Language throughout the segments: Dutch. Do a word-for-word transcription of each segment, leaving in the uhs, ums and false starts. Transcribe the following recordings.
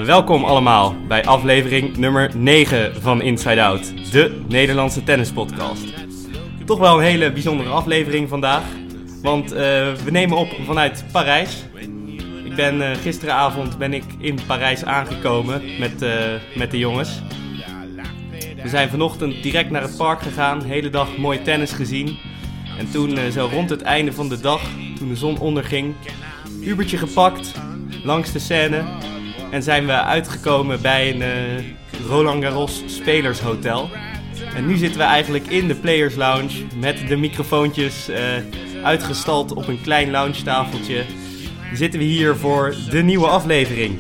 Welkom allemaal bij aflevering nummer negen van Inside Out, de Nederlandse tennispodcast. Toch wel een hele bijzondere aflevering vandaag, want uh, we nemen op vanuit Parijs. Ik ben uh, gisteravond ben ik in Parijs aangekomen met, uh, met de jongens. We zijn vanochtend direct naar het park gegaan, hele dag mooi tennis gezien. En toen uh, zo rond het einde van de dag, toen de zon onderging, Ubertje gepakt langs de Seine. En zijn we uitgekomen bij een uh, Roland Garros spelershotel. En nu zitten we eigenlijk in de Players Lounge met de microfoontjes uh, uitgestald op een klein lounge tafeltje. Zitten we hier voor de nieuwe aflevering.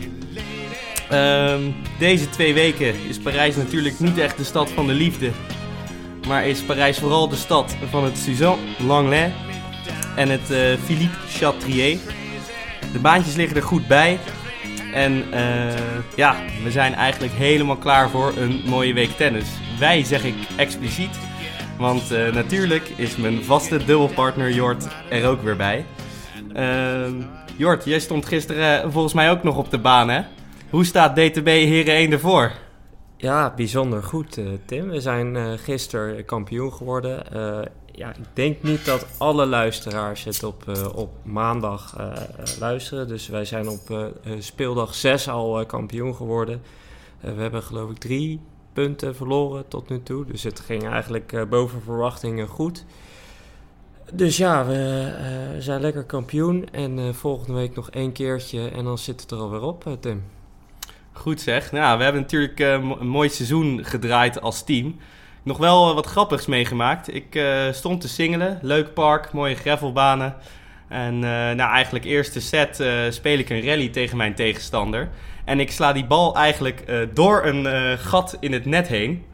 Um, deze twee weken is Parijs natuurlijk niet echt de stad van de liefde. Maar is Parijs vooral de stad van het Suzanne Lenglen en het uh, Philippe Chatrier. De baantjes liggen er goed bij. En uh, ja, we zijn eigenlijk helemaal klaar voor een mooie week tennis. Wij zeg ik expliciet, want uh, natuurlijk is mijn vaste dubbelpartner Jort er ook weer bij. Uh, Jort, jij stond gisteren uh, volgens mij ook nog op de baan, hè? Hoe staat D T B Heren één ervoor? Ja, bijzonder goed, uh, Tim. We zijn uh, gisteren kampioen geworden. Uh, ja, ik denk niet dat alle luisteraars het op, uh, op maandag uh, luisteren. Dus wij zijn op uh, speeldag zes al uh, kampioen geworden. Uh, we hebben geloof ik drie punten verloren tot nu toe. Dus het ging eigenlijk uh, boven verwachtingen goed. Dus ja, we uh, zijn lekker kampioen. En uh, volgende week nog één keertje en dan zit het er alweer op, uh, Tim. Goed zeg. Nou, we hebben natuurlijk uh, een mooi seizoen gedraaid als team. Nog wel uh, wat grappigs meegemaakt. Ik uh, stond te singelen. Leuk park, mooie gravelbanen. En uh, nou, eigenlijk eerste set uh, speel ik een rally tegen mijn tegenstander. En ik sla die bal eigenlijk uh, door een uh, gat in het net heen.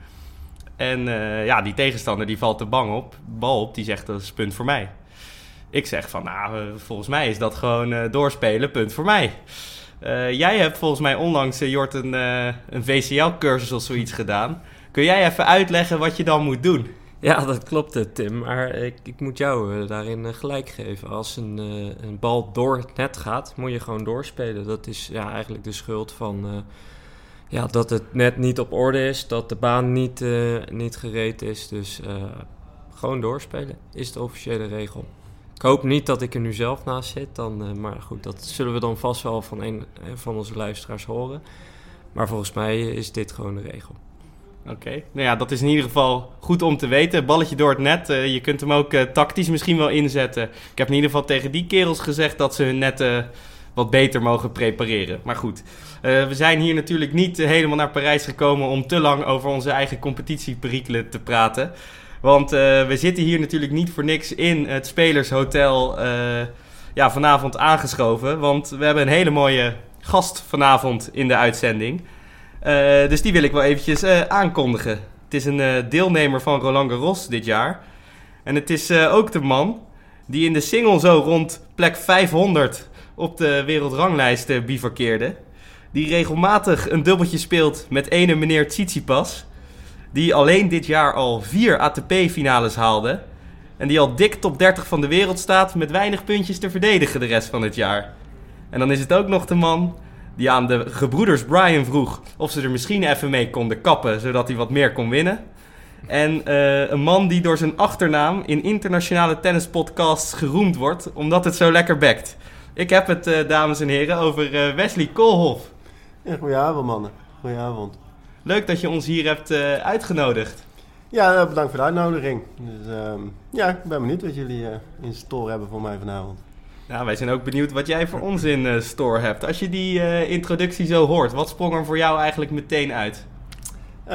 En uh, ja, die tegenstander die valt de bang op, bal op. Die zegt dat is punt voor mij. Ik zeg van nou, uh, volgens mij is dat gewoon uh, doorspelen, punt voor mij. Uh, jij hebt volgens mij onlangs, uh, Jort, een, uh, een V C L-cursus of zoiets gedaan. Kun jij even uitleggen wat je dan moet doen? Ja, dat klopt, Tim. Maar ik, ik moet jou uh, daarin uh, gelijk geven. Als een, uh, een bal door het net gaat, moet je gewoon doorspelen. Dat is ja, eigenlijk de schuld van uh, ja, dat het net niet op orde is. Dat de baan niet, uh, niet gereed is. Dus uh, gewoon doorspelen is de officiële regel. Ik hoop niet dat ik er nu zelf naast zit. Dan, uh, maar goed, dat zullen we dan vast wel van een van onze luisteraars horen. Maar volgens mij is dit gewoon de regel. Oké, okay. Nou ja, dat is in ieder geval goed om te weten. Balletje door het net. Uh, je kunt hem ook uh, tactisch misschien wel inzetten. Ik heb in ieder geval tegen die kerels gezegd dat ze hun netten uh, wat beter mogen prepareren. Maar goed, uh, we zijn hier natuurlijk niet uh, helemaal naar Parijs gekomen om te lang over onze eigen competitieperikelen te praten. Want uh, we zitten hier natuurlijk niet voor niks in het Spelershotel uh, ja, vanavond aangeschoven. Want we hebben een hele mooie gast vanavond in de uitzending. Uh, dus die wil ik wel eventjes uh, aankondigen. Het is een uh, deelnemer van Roland Garros dit jaar. En het is uh, ook de man die in de single zo rond plek vijfhonderd op de wereldranglijst uh, bivakkeerde. Die regelmatig een dubbeltje speelt met ene meneer Tsitsipas. Die alleen dit jaar al vier A T P-finales haalde. En die al dik top dertig van de wereld staat met weinig puntjes te verdedigen de rest van het jaar. En dan is het ook nog de man die aan de gebroeders Bryan vroeg of ze er misschien even mee konden kappen, zodat hij wat meer kon winnen. En uh, een man die door zijn achternaam in internationale tennispodcasts geroemd wordt, omdat het zo lekker bekt. Ik heb het, uh, dames en heren, over uh, Wesley Koolhof. Ja, goedenavond mannen. Goedenavond. Leuk dat je ons hier hebt uh, uitgenodigd. Ja, bedankt voor de uitnodiging. Dus, uh, ja, ik ben benieuwd wat jullie uh, in store hebben voor mij vanavond. Nou, wij zijn ook benieuwd wat jij voor ons in uh, store hebt. Als je die uh, introductie zo hoort, wat sprong er voor jou eigenlijk meteen uit? Uh,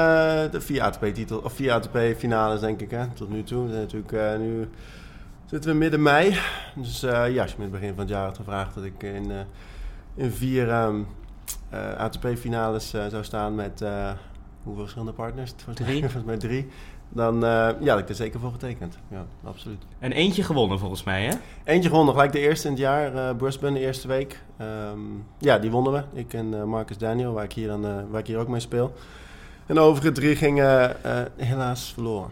de vier A T P-titel, of vier A T P-finales denk ik, hè, tot nu toe. We zijn natuurlijk, uh, nu zitten we midden mei. Dus uh, ja, als je me in het begin van het jaar had gevraagd dat ik in, uh, in vier um, uh, A T P-finales uh, zou staan met uh, hoeveel verschillende partners? Drie. Volgens mij drie. Dan uh, ja, had ik er zeker voor getekend. Ja, absoluut. En eentje gewonnen volgens mij, hè? Eentje gewonnen, gelijk de eerste in het jaar. Uh, Brisbane, de eerste week. Um, ja, die wonnen we. Ik en uh, Marcus Daniel, waar ik, hier dan, uh, waar ik hier ook mee speel. En de overige drie gingen uh, helaas verloren.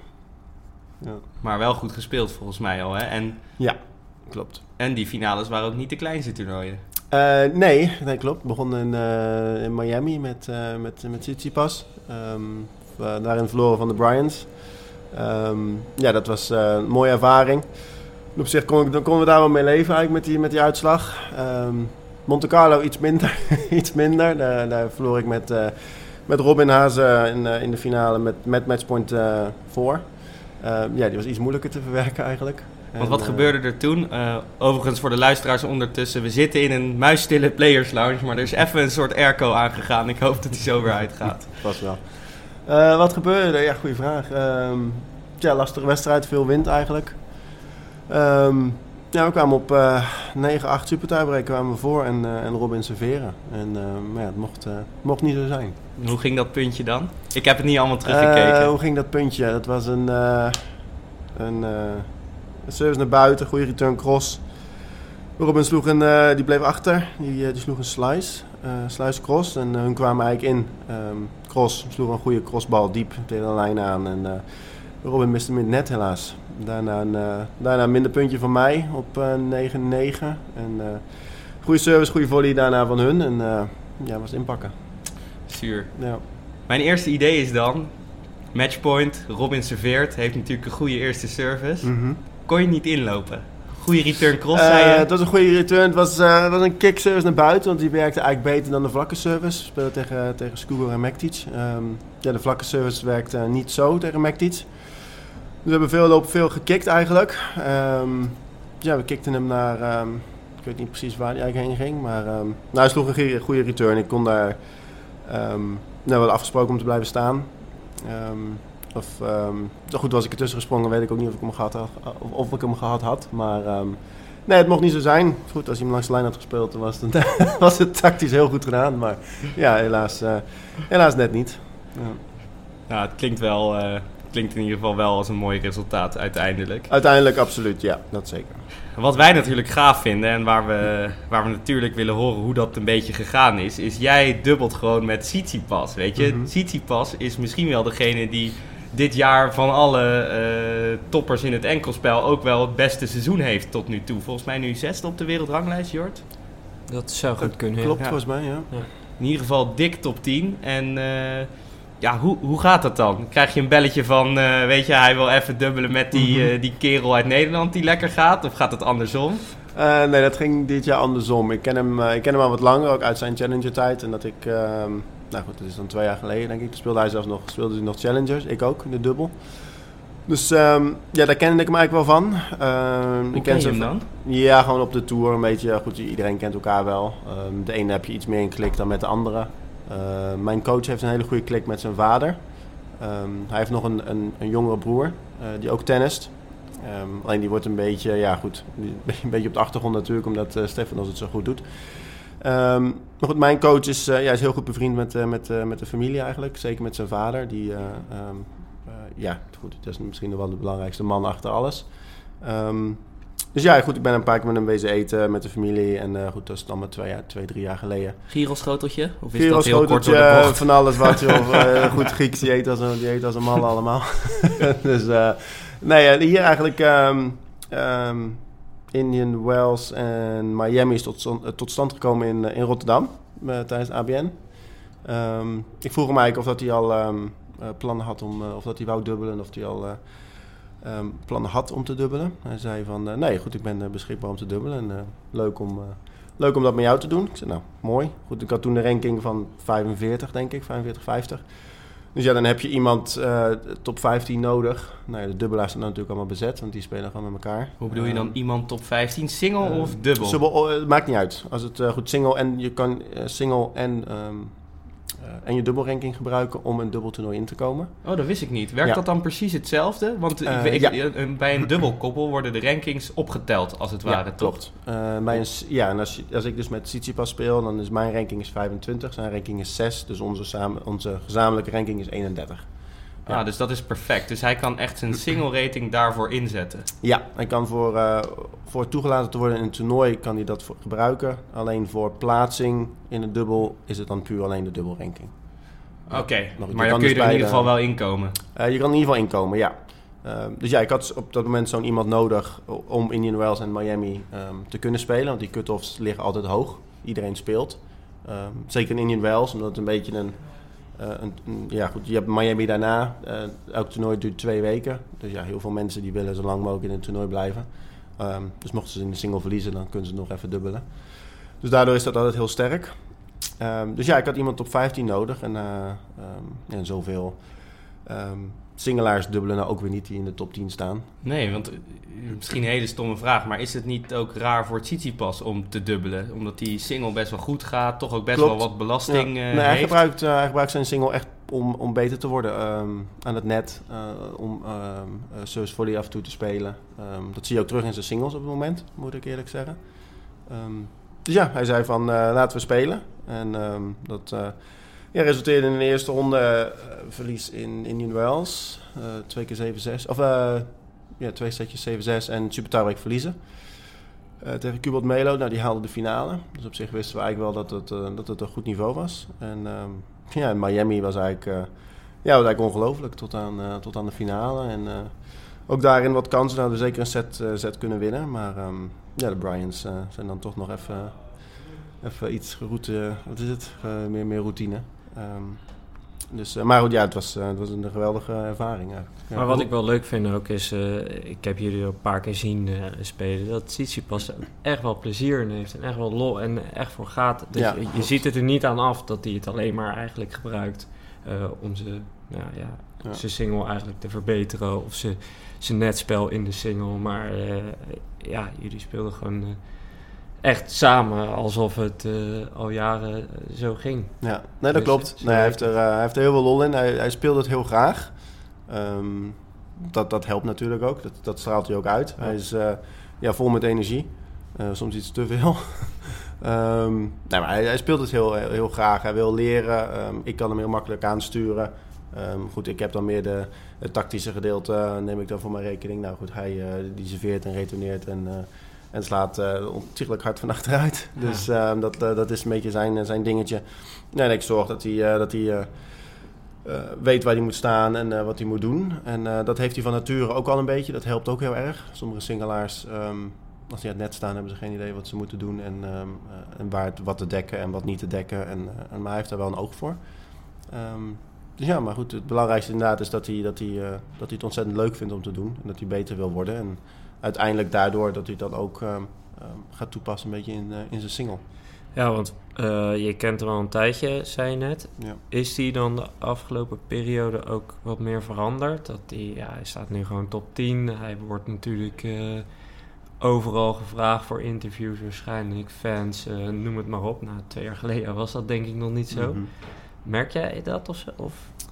Ja. Maar wel goed gespeeld volgens mij al, hè? En, ja, klopt. En die finales waren ook niet de kleinste toernooien. Uh, nee, nee, klopt. Ik begon in, uh, in Miami met, uh, met, met Tsitsipas. Um, daarin verloren van de Bryans. Um, ja, dat was uh, een mooie ervaring. Op zich kon, ik, konden we daar wel mee leven eigenlijk met die, met die uitslag. Um, Monte Carlo iets minder. iets minder. Daar, daar verloor ik met, uh, met Robin Haase in, uh, in de finale met, met matchpoint uh, voor. Uh, ja, die was iets moeilijker te verwerken eigenlijk. Want wat en, gebeurde er toen? Uh, overigens voor de luisteraars ondertussen. We zitten in een muisstille players lounge. Maar er is even een soort airco aangegaan. Ik hoop dat die zo weer uitgaat. Vast wel. Uh, wat gebeurde er? Ja, goede vraag. Um, ja, lastige wedstrijd. Veel wind eigenlijk. Um, ja, we kwamen op uh, negen acht super tiebreak kwamen we voor. En, uh, en Robin serveren. En uh, maar ja, het mocht, uh, mocht niet zo zijn. Hoe ging dat puntje dan? Ik heb het niet allemaal teruggekeken. Uh, hoe ging dat puntje? Dat was een... Uh, een uh, Een service naar buiten, goede return cross. Robin sloeg een, uh, die bleef achter, die, uh, die sloeg een slice, uh, slice cross. En uh, hun kwamen eigenlijk in. Um, cross, sloeg een goede crossbal diep tegen de lijn aan. En uh, Robin miste hem in het net helaas. Daarna een, uh, daarna een minder puntje van mij op uh, negen negen. En uh, goede service, goede volley daarna van hun. En uh, ja, was inpakken. Zuur. Ja. Mijn eerste idee is dan, matchpoint, Robin serveert, heeft natuurlijk een goede eerste service. Mm-hmm. Kon je niet inlopen? Goede return cross, uh, zei je? Het was een goede return. Het was, uh, het was een kick service naar buiten, want die werkte eigenlijk beter dan de vlakke service. We speelden tegen, tegen Skugor en Mektic. Um, ja, de vlakke service werkte uh, niet zo tegen Mektic. Dus we hebben veel lopen, veel gekickt eigenlijk. Um, ja, we kickten hem naar... Um, ik weet niet precies waar hij eigenlijk heen ging, maar... Um, nou, hij sloeg een goede return. Ik kon daar... Um, nou, wel afgesproken om te blijven staan. Um, Of, um, zo goed was ik ertussen gesprongen, weet ik ook niet of ik hem gehad had. Of, of ik hem gehad had. Maar um, nee, het mocht niet zo zijn. Goed, als hij hem langs de lijn had gespeeld, dan was het, was het tactisch heel goed gedaan. Maar ja, helaas, uh, helaas net niet. Ja. Nou, het klinkt wel, uh, klinkt in ieder geval wel als een mooi resultaat uiteindelijk. Uiteindelijk absoluut, ja, dat zeker. Wat wij natuurlijk gaaf vinden en waar we, waar we natuurlijk willen horen hoe dat een beetje gegaan is, is jij dubbelt gewoon met Tsitsipas, weet je. Mm-hmm. Tsitsipas is misschien wel degene die dit jaar van alle uh, toppers in het enkelspel ook wel het beste seizoen heeft tot nu toe. Volgens mij nu zesde op de wereldranglijst, Jort. Dat zou goed kunnen. Klopt, ja. volgens mij, ja. ja. In ieder geval dik top tien. En uh, ja, hoe, hoe gaat dat dan? Krijg je een belletje van, uh, weet je, hij wil even dubbelen met die, uh, die kerel uit Nederland die lekker gaat? Of gaat het andersom? Uh, nee, dat ging dit jaar andersom. Ik ken hem, uh, ik ken hem al wat langer, ook uit zijn Challenger-tijd. En dat ik... Uh, Nou goed, dat is dan twee jaar geleden denk ik. Toen speelde hij zelfs nog, speelde hij nog Challengers. Ik ook, in de dubbel. Dus um, ja, daar kende ik hem eigenlijk wel van. Um, Hoe ik ken je hem dan? Ja, gewoon op de tour een beetje. Goed, iedereen kent elkaar wel. Um, de ene heb je iets meer in klik dan met de andere. Uh, mijn coach heeft een hele goede klik met zijn vader. Um, hij heeft nog een, een, een jongere broer uh, die ook tennist. Um, alleen die wordt een beetje, ja goed, een beetje op de achtergrond natuurlijk, omdat uh, Stefanos het zo goed doet. Um, maar goed, mijn coach is, uh, ja, is heel goed bevriend met, uh, met, uh, met de familie eigenlijk. Zeker met zijn vader. Die, uh, um, uh, ja, goed, dat is misschien nog wel de belangrijkste man achter alles. Um, dus ja, goed, ik ben een paar keer met hem wezen eten met de familie. En uh, goed, dat is dan maar twee, jaar, twee, drie jaar geleden. Gyroschoteltje? Of is Gyros dat heel kort door de bocht? Van alles wat. Of, uh, goed, Grieks, die eet als een, die eet als een man allemaal. Dus uh, nee, hier eigenlijk... Um, um, Indian Wells en Miami is tot, tot stand gekomen in, in Rotterdam uh, tijdens A B N. Um, ik vroeg hem eigenlijk of dat hij al um, uh, plannen had om, uh, of dat hij wou dubbelen, of hij al uh, um, plannen had om te dubbelen. Hij zei van, uh, nee goed, ik ben uh, beschikbaar om te dubbelen en uh, leuk, om, uh, leuk om dat met jou te doen. Ik zei, nou, mooi. Goed, ik had toen de ranking van vijfenveertig, denk ik, vijfenveertig, vijftig. Dus ja, dan heb je iemand uh, top vijftien nodig. Nou ja, de dubbelaars zijn dan natuurlijk allemaal bezet, want die spelen gewoon met elkaar. Hoe bedoel je dan uh, iemand top vijftien? Single uh, of dubbel? Subbel, uh, maakt niet uit. Als het uh, goed single en je kan uh, single en, um, uh, en je dubbelranking gebruiken om een dubbeltoernooi in te komen. Oh, dat wist ik niet. Werkt ja. dat dan precies hetzelfde? Want uh, ik, ja. ik, bij een dubbelkoppel worden de rankings opgeteld, als het ware, ja, toch? Klopt. Uh, bij een, ja, en als, als ik dus met Tsitsipas speel, dan is mijn ranking is vijfentwintig, zijn ranking is zes, dus onze, samen, onze gezamenlijke ranking is eenendertig. Ja, ja, dus dat is perfect. Dus hij kan echt zijn single rating daarvoor inzetten. Ja, hij kan voor, uh, voor toegelaten te worden in een toernooi kan hij dat voor gebruiken. Alleen voor plaatsing in het dubbel is het dan puur alleen de dubbelranking. Oké, okay, maar, maar dan kun je er in ieder geval wel inkomen. Uh, je kan in ieder geval inkomen, ja. Uh, dus ja, ik had op dat moment zo'n iemand nodig om Indian Wells en Miami um, te kunnen spelen. Want die cut-offs liggen altijd hoog. iedereen speelt. Um, zeker in Indian Wells, omdat het een beetje een... Uh, een, een ja goed, je hebt Miami daarna. Uh, elk toernooi duurt twee weken. Dus ja, heel veel mensen die willen zo lang mogelijk in het toernooi blijven. Um, dus mochten ze in de single verliezen, dan kunnen ze nog even dubbelen. Dus daardoor is dat altijd heel sterk. Um, dus ja, ik had iemand top vijftien nodig. En, uh, um, en zoveel um, singelaars dubbelen nou ook weer niet die in de top tien staan. Nee, want uh, misschien een hele stomme vraag, maar is het niet ook raar voor Tsitsipas om te dubbelen? Omdat die single best wel goed gaat, toch ook best Klopt. wel wat belasting ja. uh, nee, heeft. Hij gebruikt, uh, hij gebruikt zijn single echt om, om beter te worden um, aan het net. Uh, om um, uh, service volley af en toe te spelen. Um, dat zie je ook terug in zijn singles op het moment, moet ik eerlijk zeggen. Um, dus ja, hij zei van uh, laten we spelen. En um, dat uh, ja, resulteerde in een eerste ronde uh, verlies in Indian Wells. Uh, twee keer zeven zes. Of uh, ja, twee setjes zeven zes en super tiebreak verliezen. Uh, tegen Kubot Melo, nou die haalde de finale. Dus op zich wisten we eigenlijk wel dat het, uh, dat het een goed niveau was. En um, ja, in Miami was eigenlijk, uh, ja, was eigenlijk ongelooflijk tot aan, uh, tot aan de finale. En uh, ook daarin wat kansen, hadden we zeker een set, uh, set kunnen winnen. Maar um, ja, de Bryans uh, zijn dan toch nog even, even iets geroute, wat is het, uh, meer, meer routine. Um, Dus, uh, maar goed, ja, het was, uh, het was een geweldige ervaring eigenlijk. Ja. Maar wat ik wel leuk vind ook is, uh, ik heb jullie ook een paar keer zien uh, spelen, dat Tsitsipas er echt wel plezier in heeft en echt wel lol en echt voor gaat. Dus Ja, je, je klopt. ziet het er niet aan af dat hij het alleen maar eigenlijk gebruikt uh, om zijn, nou ja, Ja. zijn single eigenlijk te verbeteren of zijn, zijn netspel in de single. Maar uh, ja, jullie speelden gewoon uh, echt samen alsof het uh, al jaren uh, zo ging. Ja, nee, dat Dus, klopt. zo Nee, hij, werkt heeft er, uh, hij heeft er heel veel lol in. Hij, hij speelt het heel graag. Um, dat, dat helpt natuurlijk ook. Dat, dat straalt hij ook uit. Ja. Hij is uh, ja, vol met energie. Uh, soms iets te veel. um, nee, maar hij, hij speelt het heel, heel, heel graag. Hij wil leren. Um, ik kan hem heel makkelijk aansturen. Um, goed, ik heb dan meer de, het tactische gedeelte. Uh, neem ik dan voor mijn rekening. Nou goed, hij uh, die serveert en retourneert en... Uh, En slaat uh, ontiegelijk hard van achteruit. Ja. Dus uh, dat, uh, dat is een beetje zijn, zijn dingetje. Nee, en ik zorg dat hij, uh, dat hij uh, uh, weet waar hij moet staan en uh, wat hij moet doen. En uh, dat heeft hij van nature ook al een beetje. Dat helpt ook heel erg. Sommige singelaars, um, als die aan het net staan, hebben ze geen idee wat ze moeten doen. En, um, uh, en waar het, wat te dekken en wat niet te dekken. En, uh, en, maar hij heeft daar wel een oog voor. Um, dus ja, maar goed. Het belangrijkste inderdaad is dat hij, dat, hij, uh, dat hij het ontzettend leuk vindt om te doen. En dat hij beter wil worden. En, uiteindelijk daardoor dat hij dat ook um, um, gaat toepassen een beetje in, uh, in zijn single. Ja, want uh, je kent hem al een tijdje, zei je net. Ja. Is hij dan de afgelopen periode ook wat meer veranderd? Dat hij, ja, hij staat nu gewoon top tien. Hij wordt natuurlijk uh, overal gevraagd voor interviews waarschijnlijk. Fans, uh, noem het maar op. Nou, twee jaar geleden was dat denk ik nog niet zo. Mm-hmm. Merk jij dat of zo? Of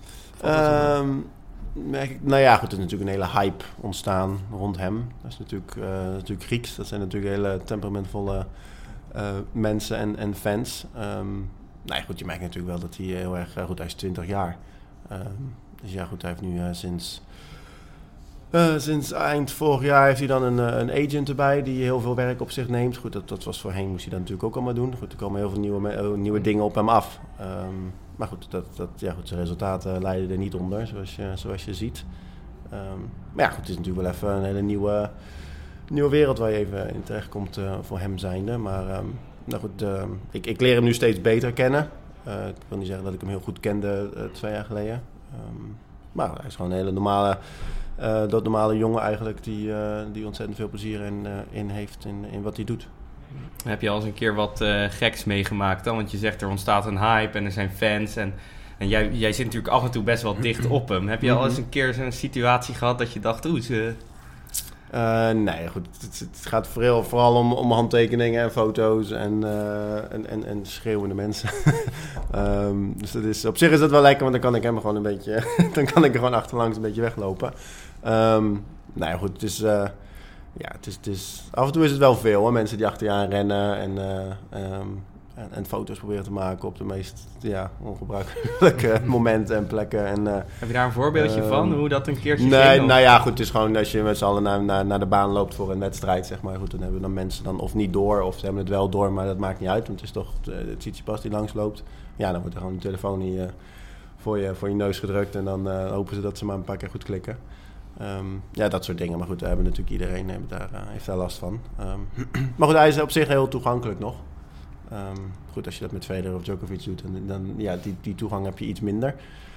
um, Nou ja, goed, er is natuurlijk een hele hype ontstaan rond hem. Dat is natuurlijk, uh, natuurlijk Grieks. Dat zijn natuurlijk hele temperamentvolle uh, mensen en, en fans. Um, nou ja, goed, je merkt natuurlijk wel dat hij heel erg... Uh, goed, hij is twintig jaar. Um, dus ja, goed, hij heeft nu uh, sinds... Uh, sinds eind vorig jaar heeft hij dan een, uh, een agent erbij die heel veel werk op zich neemt. Goed, dat, dat was voorheen, moest hij dat natuurlijk ook allemaal doen. Goed, er komen heel veel nieuwe, uh, nieuwe dingen op hem af. Um, maar goed, dat, dat, ja, goed, zijn resultaten leiden er niet onder, zoals je, zoals je ziet. Um, maar ja, goed, het is natuurlijk wel even een hele nieuwe, nieuwe wereld waar je even in terechtkomt uh, voor hem zijnde. Maar um, nou goed, uh, ik, ik leer hem nu steeds beter kennen. Uh, ik wil niet zeggen dat ik hem heel goed kende uh, twee jaar geleden. Um, maar hij is gewoon een hele normale... Uh, dat normale jongen eigenlijk die, uh, die ontzettend veel plezier in, uh, in heeft in, in wat hij doet. Heb je al eens een keer wat uh, geks meegemaakt dan? Want je zegt er ontstaat een hype en er zijn fans en, en jij, jij zit natuurlijk af en toe best wel dicht op hem. Heb je al eens een keer zo'n situatie gehad dat je dacht, oeh, ze... Uh, nee, goed. Het, het gaat vooral, vooral om, om handtekeningen en foto's en, uh, en, en, en schreeuwende mensen. um, dus dat is, op zich is dat wel lekker, want dan kan ik hem gewoon een beetje... dan kan ik er gewoon achterlangs een beetje weglopen. Um, nou ja, goed. Het is, uh, ja, het is, het is, af en toe is het wel veel, hoor. Mensen die achter je aan rennen en... Uh, um, En, en foto's proberen te maken op de meest ja, ongebruikelijke momenten en plekken. En, uh, Heb je daar een voorbeeldje uh, van, hoe dat een keertje nee, ging? Of? Nou ja, goed, het is gewoon als je met z'n allen naar, naar, naar de baan loopt voor een wedstrijd, zeg maar. Goed, dan hebben dan mensen dan of niet door, of ze hebben het wel door, maar dat maakt niet uit. Want het is toch het Tsitsipas die langs loopt. Ja, dan wordt er gewoon een telefoon hier, uh, voor, je, voor je neus gedrukt en dan uh, hopen ze dat ze maar een paar keer goed klikken. Um, ja, dat soort dingen. Maar goed, daar hebben natuurlijk iedereen heeft daar, uh, heeft daar last van. Um, maar goed, hij is op zich heel toegankelijk nog. Um, goed, als je dat met Federer of Djokovic doet, dan, dan ja, die, die toegang heb je iets minder.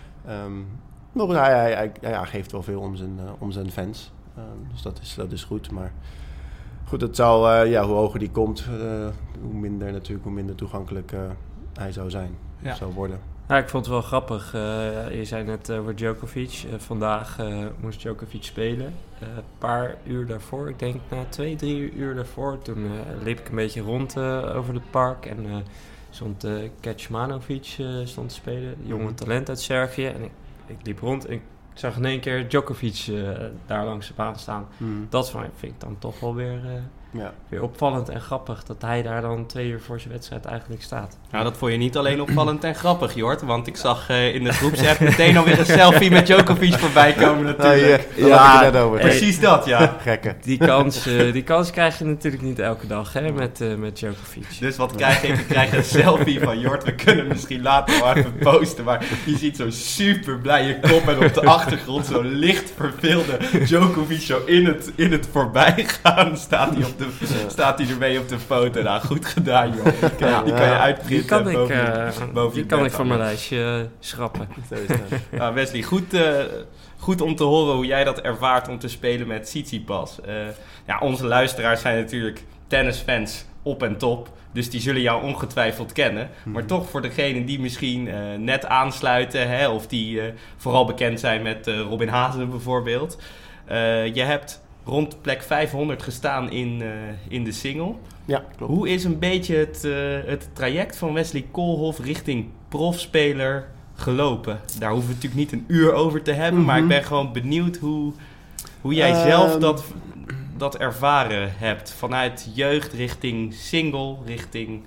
Um, maar goed, hij, hij, hij, hij geeft wel veel om zijn, uh, om zijn fans. Um, dus dat is, dat is goed. Maar goed, het zal, uh, ja, hoe hoger die komt, uh, hoe minder natuurlijk, hoe minder toegankelijk uh, hij zou zijn. Ja. Zou worden. Ja, ik vond het wel grappig. Uh, je zei net over Djokovic. Uh, vandaag uh, moest Djokovic spelen. Een uh, paar uur daarvoor, ik denk na twee, drie uur daarvoor. Toen uh, liep ik een beetje rond uh, over het park. En uh, stond uh, Kecmanovic uh, stond te spelen. Jonge talent uit Servië. En ik, ik liep rond en ik zag in één keer Djokovic uh, daar langs de baan staan. Mm. Dat vind ik dan toch wel weer... Uh, Ja. Weer opvallend en grappig dat hij daar dan twee uur voor zijn wedstrijd eigenlijk staat. Nou, dat vond je niet alleen opvallend en grappig, Jort. Want ik zag uh, in de groepsapp meteen alweer een selfie met Djokovic voorbij komen natuurlijk. Uh, ja, ja, ja over. Precies dat, ja. Gekke. Die kans, uh, die kans krijg je natuurlijk niet elke dag, hè, met, uh, met Djokovic. Dus wat krijg ik? Ik krijg een selfie van Jort. We kunnen misschien later wel even posten. Maar je ziet zo'n super blije kop en op de achtergrond zo'n licht verveelde Djokovic zo in het, in het voorbijgaan staat hij op de Ja. Staat hij ermee op de foto. Nou, goed gedaan, joh. Die kan, ja, die kan je uitprinten. Die kan ik, boven, uh, boven die kan ik van mijn lijstje uh, schrappen. Nou, Wesley, goed, uh, goed om te horen hoe jij dat ervaart om te spelen met Tsitsipas. Uh, ja, onze luisteraars zijn natuurlijk tennisfans op en top. Dus die zullen jou ongetwijfeld kennen. Hmm. Maar toch voor degenen die misschien uh, net aansluiten... Hè, of die uh, vooral bekend zijn met uh, Robin Haase bijvoorbeeld. Uh, je hebt... rond plek vijfhonderd gestaan in, uh, in de single. Ja, klopt. Hoe is een beetje het, uh, het traject van Wesley Koolhof richting profspeler gelopen? Daar hoeven we natuurlijk niet een uur over te hebben, mm-hmm. maar ik ben gewoon benieuwd hoe, hoe jij um, zelf dat, dat ervaren hebt. Vanuit jeugd richting single, richting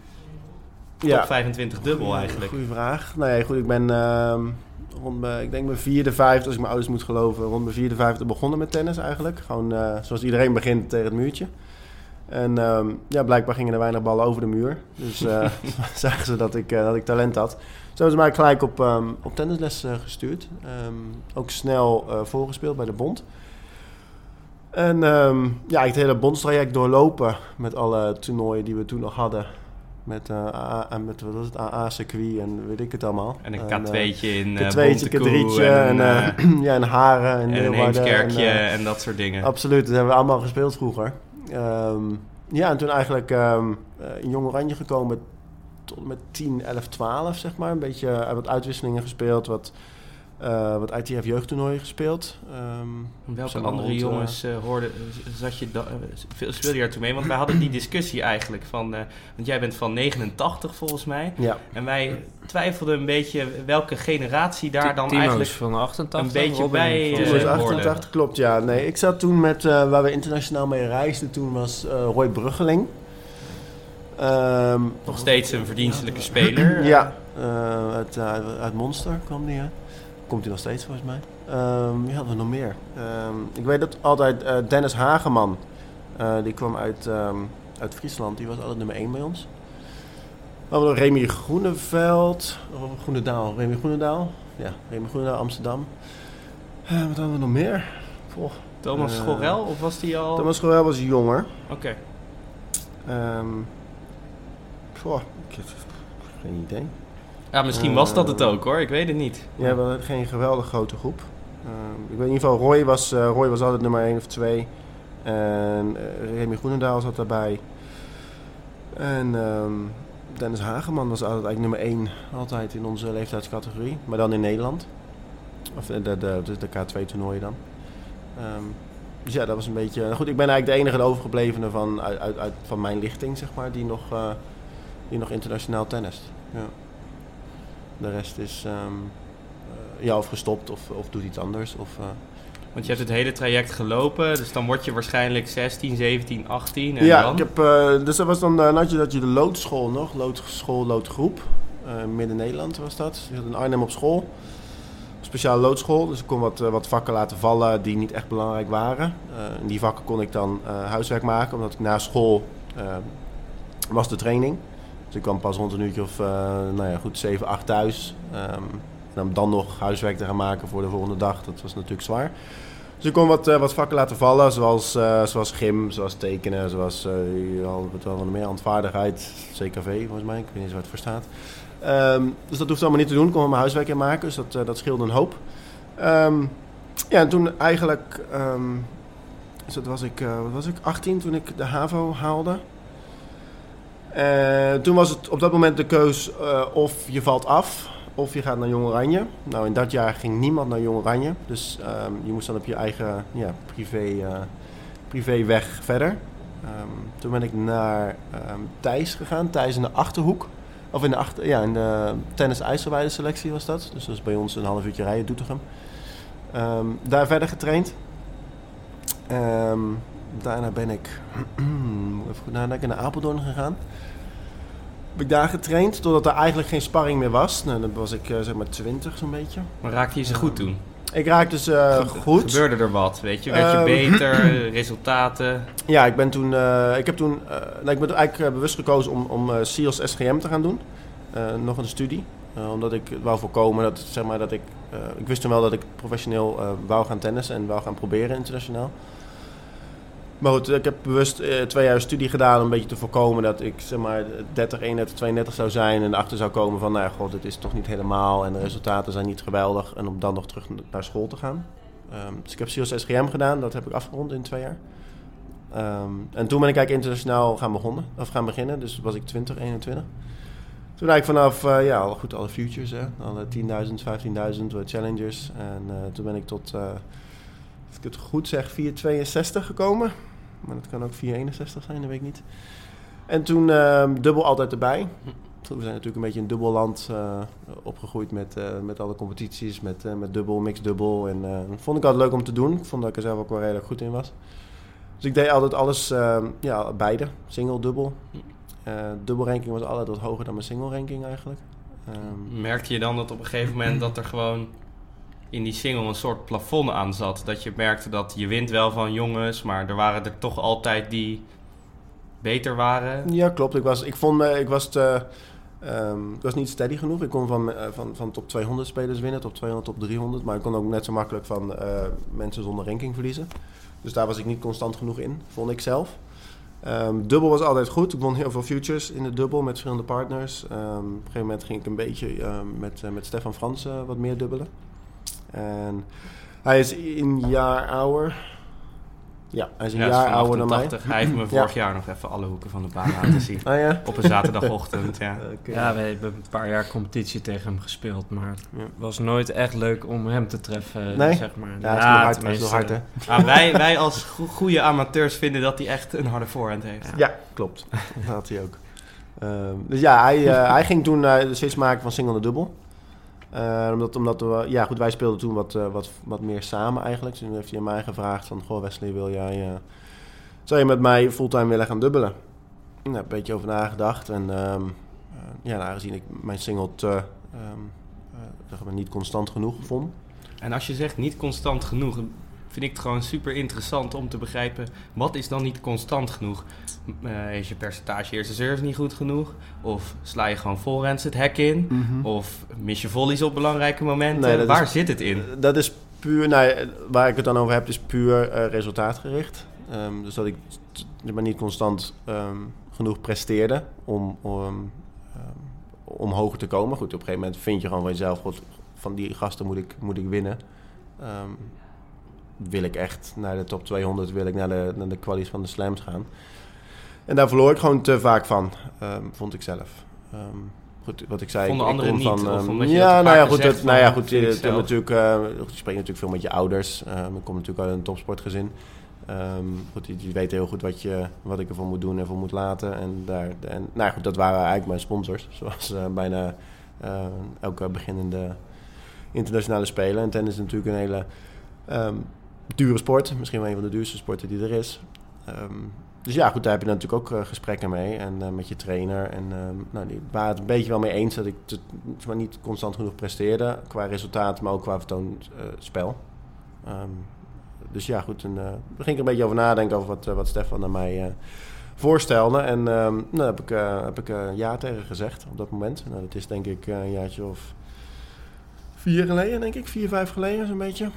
top ja, vijfentwintig dubbel goeie, eigenlijk. Goeie vraag. Nee, goed, ik ben... Uh, Rond mijn, ik denk mijn vierde, vijfde, als ik mijn ouders moet geloven, rond mijn vierde, vijfde begonnen met tennis eigenlijk. Gewoon uh, zoals iedereen begint tegen het muurtje. En um, ja, blijkbaar gingen er weinig ballen over de muur. Dus uh, zagen ze dat ik, uh, dat ik talent had. Zo hebben ze mij gelijk op, um, op tennisles uh, gestuurd. Um, ook snel uh, voorgespeeld bij de bond. En um, ja, het hele bondstraject doorlopen met alle toernooien die we toen nog hadden. Met, uh, A A, met wat was het, A A-circuit en weet ik het allemaal. En een K twee'tje in uh, K twee'tje, K drietje en, en, uh, ja, en Haren. En, en een Heemskerkje en, uh, en dat soort dingen. Absoluut, dat hebben we allemaal gespeeld vroeger. Um, ja, en toen eigenlijk um, uh, in Jong Oranje gekomen tot met tien, elf, twaalf, zeg maar. Een beetje uh, wat uitwisselingen gespeeld, wat... Uh, wat I T F jeugdtoernooien gespeeld. Um, Welke andere rond, jongens uh, hoorde, zat je da- uh, speelde je daar toen mee? Want wij hadden die discussie eigenlijk van... Uh, want jij bent van negenentachtig volgens mij. Ja. En wij twijfelden een beetje welke generatie daar dan Timo's eigenlijk... van achtentachtig. Een beetje Robin bij uh, Timo's achtentachtig, klopt ja. Nee, ik zat toen met... Uh, waar we internationaal mee reisden, toen was uh, Roy Bruggeling. Um, Nog steeds een verdienstelijke speler. Ja, uh, uit, uh, uit Monster kwam die, hè. Komt hij nog steeds volgens mij. Um, wie hadden we nog meer? Um, ik weet dat altijd uh, Dennis Hageman. Uh, die kwam uit, um, uit Friesland. Die was altijd nummer één bij ons. We hadden nog Remy Groeneveld. Of Groenendaal. Remy Groenendaal. Ja, Remy Groenendaal, Amsterdam. Uh, wat hadden we nog meer? Goh. Thomas uh, Schorel? Of was die al... Thomas Schorel was jonger. Oké. Okay. Um, goh, ik heb geen idee. Ja, misschien was dat het ook hoor, ik weet het niet. Ja, we hadden geen geweldig grote groep. Uh, ik weet in ieder geval, Roy was, uh, Roy was altijd nummer één of twee. En uh, Remy Groenendaal zat daarbij. En um, Dennis Hageman was altijd eigenlijk nummer één, altijd in onze leeftijdscategorie. Maar dan in Nederland. Of de, de, de, de K twee toernooien dan. Um, dus ja, dat was een beetje... Goed, ik ben eigenlijk de enige de overgeblevene van, uit, uit, uit, van mijn lichting, zeg maar, die nog, uh, die nog internationaal tennist. Ja. De rest is um, uh, ja, of gestopt of, of doet iets anders. Of, uh, Want je hebt het hele traject gelopen, dus dan word je waarschijnlijk zestien, zeventien, achttien en ja, dan? Ik heb, uh, dus dat was dan, uh, had je, dat je de loodschool nog, loodschool, loodgroep. Uh, Midden-Nederland was dat. Je had in Arnhem op school. Speciale loodschool, dus ik kon wat, uh, wat vakken laten vallen die niet echt belangrijk waren. Uh, in die vakken kon ik dan uh, huiswerk maken, omdat ik na school uh, was de training. Dus ik kwam pas rond een uurtje of uh, nou ja, goed zeven, acht thuis. Um, en om dan nog huiswerk te gaan maken voor de volgende dag, dat was natuurlijk zwaar. Dus ik kon wat, uh, wat vakken laten vallen, zoals, uh, zoals gym, zoals tekenen, zoals uh, al, wat wel meer handvaardigheid, C K V volgens mij, ik weet niet waar het voor staat. Um, dus dat hoefde allemaal niet te doen, ik kon er mijn huiswerk in maken, dus dat, uh, dat scheelde een hoop. Um, ja, en toen eigenlijk, um, dus dat was ik, uh, wat was ik, achttien toen ik de HAVO haalde. Uh, toen was het op dat moment de keus uh, of je valt af of je gaat naar Jong Oranje. Nou, in dat jaar ging niemand naar Jong Oranje. Dus um, je moest dan op je eigen ja, privé, uh, privé weg verder. Um, toen ben ik naar um, Thijs gegaan. Thijs in de Achterhoek. Of in de, achter, ja, in de tennis IJsselweide selectie was dat. Dus dat is bij ons een half uurtje rijden, Doetinchem. Um, daar verder getraind. Um, daarna ben ik even goed nadenken, naar Apeldoorn gegaan. Heb ik daar getraind, totdat er eigenlijk geen sparring meer was. Nou, dan was ik uh, zeg maar twintig zo'n beetje. Maar raakte je ze goed toen? Ik raakte dus uh, goed. Gebeurde er wat, weet je? Werd je um, beter, resultaten? Ja, ik ben toen, uh, ik heb toen, uh, nou, ik ben eigenlijk uh, bewust gekozen om, om uh, S I O S S G M te gaan doen. Uh, nog een studie. Uh, omdat ik wou voorkomen dat, zeg maar, dat ik, uh, ik wist toen wel dat ik professioneel uh, wou gaan tennissen en wou gaan proberen internationaal. Maar goed, ik heb bewust uh, twee jaar studie gedaan om een beetje te voorkomen dat ik zeg maar dertig, eenendertig, tweeëndertig zou zijn en erachter zou komen van, nou ja, god, dit is toch niet helemaal en de resultaten zijn niet geweldig en om dan nog terug naar school te gaan. Um, dus ik heb S I O S S G M gedaan, dat heb ik afgerond in twee jaar. Um, en toen ben ik eigenlijk internationaal gaan begonnen, of gaan beginnen, dus was ik twintig, eenentwintig. Toen eigenlijk vanaf, uh, ja, al goed, alle futures, hè, alle tienduizend, vijftienduizend, challengers en uh, toen ben ik tot, uh, als ik het goed zeg, vier tweeënzestig gekomen. Maar dat kan ook vier eenenzestig zijn, dat weet ik niet. En toen uh, dubbel altijd erbij. We zijn natuurlijk een beetje een dubbelland uh, opgegroeid met, uh, met alle competities, met, uh, met dubbel, mixed dubbel. En uh, dat vond ik altijd leuk om te doen. Ik vond dat ik er zelf ook wel redelijk goed in was. Dus ik deed altijd alles, uh, ja, beide. Single, dubbel. Uh, dubbelranking was altijd wat hoger dan mijn single ranking eigenlijk. Um, Merkte je dan dat op een gegeven moment dat er gewoon in die single een soort plafond aan zat? Dat je merkte dat je wint wel van jongens, maar er waren er toch altijd die beter waren? Ja, klopt. Ik was, ik vond me, ik was, te, um, ik was niet steady genoeg. Ik kon van, uh, van, van top tweehonderd spelers winnen, top tweehonderd, top driehonderd. Maar ik kon ook net zo makkelijk van uh, mensen zonder ranking verliezen. Dus daar was ik niet constant genoeg in, vond ik zelf. Um, dubbel was altijd goed. Ik won heel veel futures in de dubbel met verschillende partners. Um, op een gegeven moment ging ik een beetje um, met, uh, met Stefan Frans uh, wat meer dubbelen. En hij is een jaar ouder. Ja, hij is een ja, jaar ouder dan mij. Hij heeft me vorig ja. jaar nog even alle hoeken van de baan laten zien. Ah, ja? Op een zaterdagochtend, ja. Okay. Ja, we hebben een paar jaar competitie tegen hem gespeeld, maar het ja. was nooit echt leuk om hem te treffen, nee? zeg maar. Ja, het is nog hard, het is nog hard, hè? Ah, wij, wij als go- goede amateurs vinden dat hij echt een harde voorhand heeft. Ja, ja klopt. Dat had hij ook. Um, dus ja, hij, uh, hij ging toen uh, de switch maken van single naar dubbel. Uh, omdat, omdat we, ja goed, wij speelden toen wat, uh, wat, wat meer samen eigenlijk. Dus toen heeft hij aan mij gevraagd van, goh Wesley, wil jij, uh, zou je met mij fulltime willen gaan dubbelen? Daar heb ik een beetje over nagedacht. En um, uh, ja, aangezien ik mijn single te, um, uh, zeg niet constant genoeg vond. En als je zegt niet constant genoeg, vind ik het gewoon super interessant om te begrijpen, wat is dan niet constant genoeg? Uh, is je percentage eerste service niet goed genoeg? Of sla je gewoon voorhands het hek in? Mm-hmm. Of mis je volleys op belangrijke momenten? Nee, waar is, zit het in? Dat is puur, nou, waar ik het dan over heb, is puur uh, resultaatgericht. Um, dus dat ik t- maar niet constant um, genoeg presteerde om, om, um, om hoger te komen. Goed, op een gegeven moment vind je gewoon van jezelf, God, van die gasten moet ik, moet ik winnen. Um, wil ik echt naar de top tweehonderd, wil ik naar de, naar de kwalies van de slams gaan. En daar verloor ik gewoon te vaak van, um, vond ik zelf. Um, goed, wat ik zei. Vonden ik, anderen ik niet? Van, um, of ja, nou ja, goed. Het, van, nou ja, goed. Je, natuurlijk, uh, je spreekt natuurlijk veel met je ouders. Um, ik kom natuurlijk uit een topsportgezin. Um, goed, die, die weten heel goed wat, je, wat ik ervoor moet doen en voor moet laten. En, daar, en nou goed, dat waren eigenlijk mijn sponsors. Zoals uh, bijna uh, elke beginnende internationale speler. En tennis is natuurlijk een hele um, dure sport. Misschien wel een van de duurste sporten die er is. Um, dus ja, goed, daar heb je natuurlijk ook uh, gesprekken mee. En uh, met je trainer. En um, nou, die waren het een beetje wel mee eens dat ik te, maar niet constant genoeg presteerde. Qua resultaat, maar ook qua vertoond uh, spel. Um, dus ja, goed. En, uh, daar ging ik een beetje over nadenken over wat, uh, wat Stefan aan mij uh, voorstelde. En um, nou, heb ik, uh, heb ik uh, ja tegen gezegd op dat moment. Nou, dat is denk ik uh, een jaartje of vier geleden, denk ik. Vier, vijf geleden, zo'n beetje.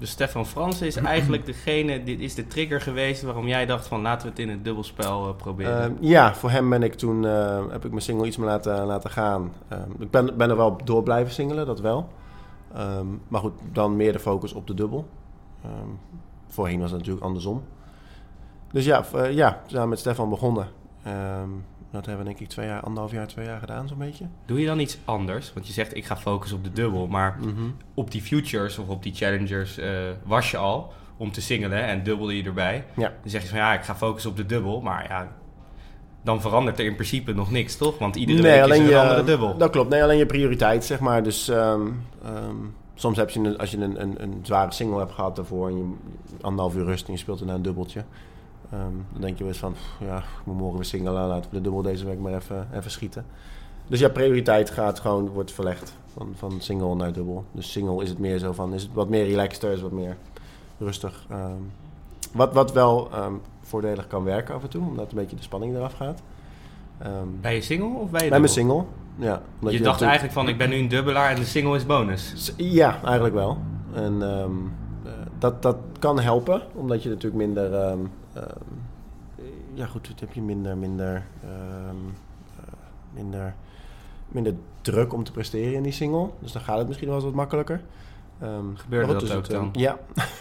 Dus Stefan Fransen is eigenlijk degene, dit is de trigger geweest waarom jij dacht van laten we het in het dubbelspel uh, proberen. Uh, ja, voor hem ben ik toen, uh, heb ik mijn single iets meer laten, laten gaan. Uh, ik ben, ben er wel door blijven singelen, dat wel. Um, maar goed, dan meer de focus op de dubbel. Um, voorheen was het natuurlijk andersom. Dus ja, uh, ja, we zijn met Stefan begonnen. Um, dat hebben we denk ik twee jaar, anderhalf jaar, twee jaar gedaan zo'n beetje. Doe je dan iets anders? Want je zegt ik ga focussen op de dubbel. Maar mm-hmm. op die futures of op die challengers uh, was je al om te singelen en dubbelde je erbij. Ja. Dan zeg je van ja, ik ga focussen op de dubbel. Maar ja, dan verandert er in principe nog niks, toch? Want iedere nee, week is er je, een andere dubbel. Dat klopt. Nee, alleen je prioriteit, zeg maar. Dus um, um, soms heb je, een, als je een, een, een zware single hebt gehad daarvoor en je anderhalf uur rust en je speelt er naar een dubbeltje. Um, dan denk je wel eens van, pff, ja, ik moet morgen weer singelen, laten we de dubbel deze week maar even, even schieten. Dus ja, prioriteit gaat gewoon, wordt verlegd van, van single naar dubbel. Dus single is het meer zo van, is het wat meer relaxter, is wat meer rustig. Um, wat, wat wel um, voordelig kan werken af en toe, omdat een beetje de spanning eraf gaat. Um, bij je single of bij je Bij dubbel? mijn single, ja. Je, je dacht eigenlijk van, ik ben nu een dubbelaar en de single is bonus. Ja, eigenlijk wel. En um, uh, dat, dat kan helpen, omdat je natuurlijk minder... Um, um, ja goed, dan heb je minder, minder, um, uh, minder, minder druk om te presteren in die single. Dus dan gaat het misschien wel eens wat makkelijker. Um, Gebeurde dat ook het, dan? Ja.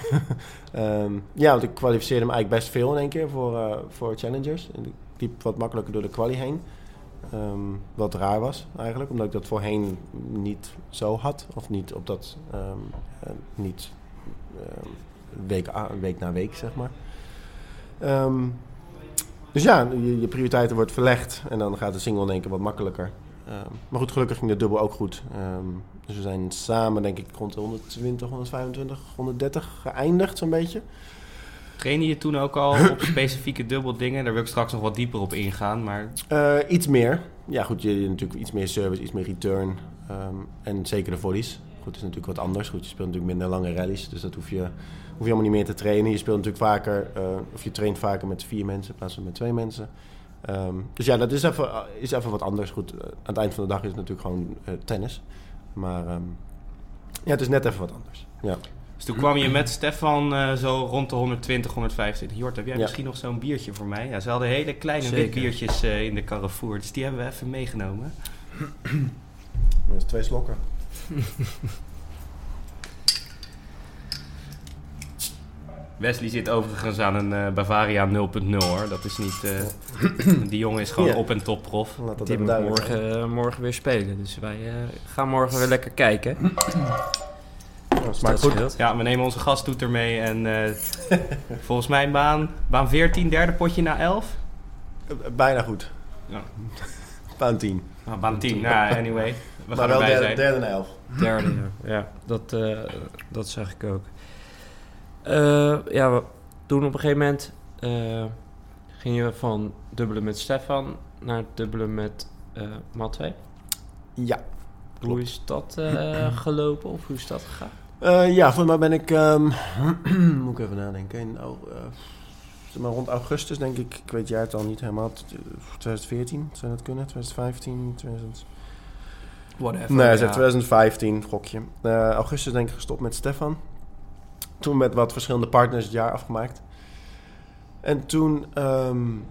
um, ja, want ik kwalificeerde me eigenlijk best veel in één keer voor, uh, voor challengers. En ik liep wat makkelijker door de quali heen. Um, wat raar was eigenlijk, omdat ik dat voorheen niet zo had. Of niet op dat, um, uh, niet um, week, a, week na week, zeg maar. Um, dus ja, je, je prioriteiten wordt verlegd en dan gaat de single in één keer wat makkelijker. Um, maar goed, gelukkig ging de dubbel ook goed. Um, dus we zijn samen, denk ik, rond de honderdtwintig, honderdvijfentwintig, honderddertig geëindigd, zo'n beetje. Trainde je toen ook al op specifieke dubbeldingen? Daar wil ik straks nog wat dieper op ingaan, maar... Uh, iets meer. Ja goed, je, je natuurlijk iets meer service, iets meer return. Um, en zeker de volleys. Goed, het is natuurlijk wat anders. Goed, je speelt natuurlijk minder lange rallies, dus dat hoef je, hoef je allemaal niet meer te trainen. Je speelt natuurlijk vaker, uh, of je traint vaker met vier mensen in plaats van met twee mensen. Um, dus ja, dat is even, is even wat anders. Goed, uh, aan het eind van de dag is het natuurlijk gewoon uh, tennis. Maar um, ja, het is net even wat anders. Ja. Dus toen kwam je met Stefan uh, zo rond de honderdtwintig, honderdvijfentwintig. Jort, heb jij ja. misschien nog zo'n biertje voor mij? Ja, ze hadden hele kleine witbiertjes uh, in de Carrefour, dus die hebben we even meegenomen. Dat is twee slokken. Wesley zit overigens aan een uh, Bavaria nul punt nul hoor. Dat is niet... Uh, die jongen is gewoon ja. op- en top prof. Die moet morgen, uh, morgen weer spelen. Dus wij uh, gaan morgen weer lekker kijken. Dat smaakt goed. Ja, we nemen onze gasttoeter mee en uh, volgens mij baan, baan veertien, derde potje na elf. Bijna goed. Ja. Baan tien. Nou, baan tien, nou anyway. We maar gaan wel erbij derde, zijn. derde na elf. Derde, ja. ja dat, uh, dat zag ik ook. Uh, ja, we, toen op een gegeven moment uh, gingen we van dubbelen met Stefan naar dubbelen met uh, Matwee. Ja. Klopt. Hoe is dat uh, gelopen of hoe is dat gegaan? Uh, ja, volgens mij ben ik... Um, moet ik even nadenken. In, oh, uh, zeg maar rond augustus denk ik. Ik weet het jaartal niet helemaal. twintig veertien, zou dat kunnen? twintig vijftien, twintig... Whatever. Nee, ja. twintig vijftien, gokje. Uh, augustus denk ik gestopt met Stefan. Toen met wat verschillende partners het jaar afgemaakt. En toen um,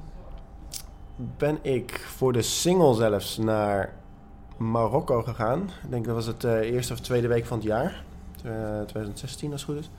ben ik voor de single zelfs naar Marokko gegaan. Ik denk dat was het uh, eerste of tweede week van het jaar. Uh, twintig zestien als het goed is.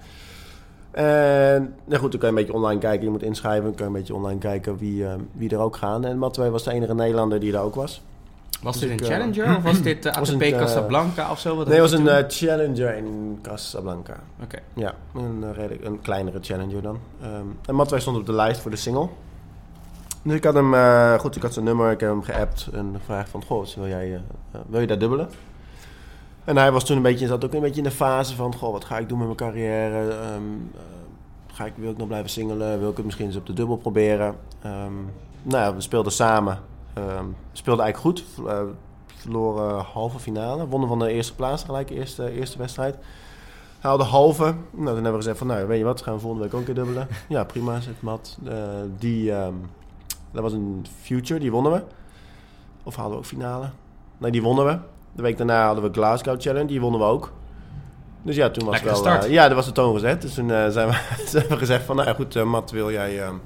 En nou goed, dan kan je een beetje online kijken. Je moet inschrijven. Dan kan je een beetje online kijken wie, uh, wie er ook gaan. En Matwee was de enige Nederlander die er ook was. Was dus dit ik, een uh, Challenger of was dit uh, A T P uh, Casablanca of zo? Wat nee, het was een uh, Challenger in Casablanca. Oké. Okay. Ja, een, uh, redelijk, een kleinere Challenger dan. Um, en Matwee stond op de lijst voor de single. Dus ik had hem, uh, goed, ik had zijn nummer, ik heb hem geappt en gevraagd van, goh, wil jij, uh, uh, wil je daar dubbelen? En hij was toen een beetje, zat ook een beetje in de fase van, goh, wat ga ik doen met mijn carrière? Um, uh, ga ik, wil ik nog blijven singelen? Wil ik het misschien eens op de dubbel proberen? Um, nou ja, we speelden samen. Um, speelden eigenlijk goed. Uh, verloren halve finale. Wonnen van de eerste plaats gelijk, eerste, eerste wedstrijd. Haalde halve. Nou, toen hebben we gezegd van, nou, weet je wat, gaan we volgende week ook een keer dubbelen. Ja, prima, zegt Matt. Uh, die, um, dat was een Future, die wonnen we. Of hadden we ook finale? Nee, die wonnen we. De week daarna hadden we Glasgow Challenge, die wonnen we ook. Dus ja, toen was Lekker wel... start. Uh, ja, dat was de toon gezet. Dus toen uh, zijn, we, zijn we gezegd van... Nou ja, goed, uh, Matt, wil jij, uh,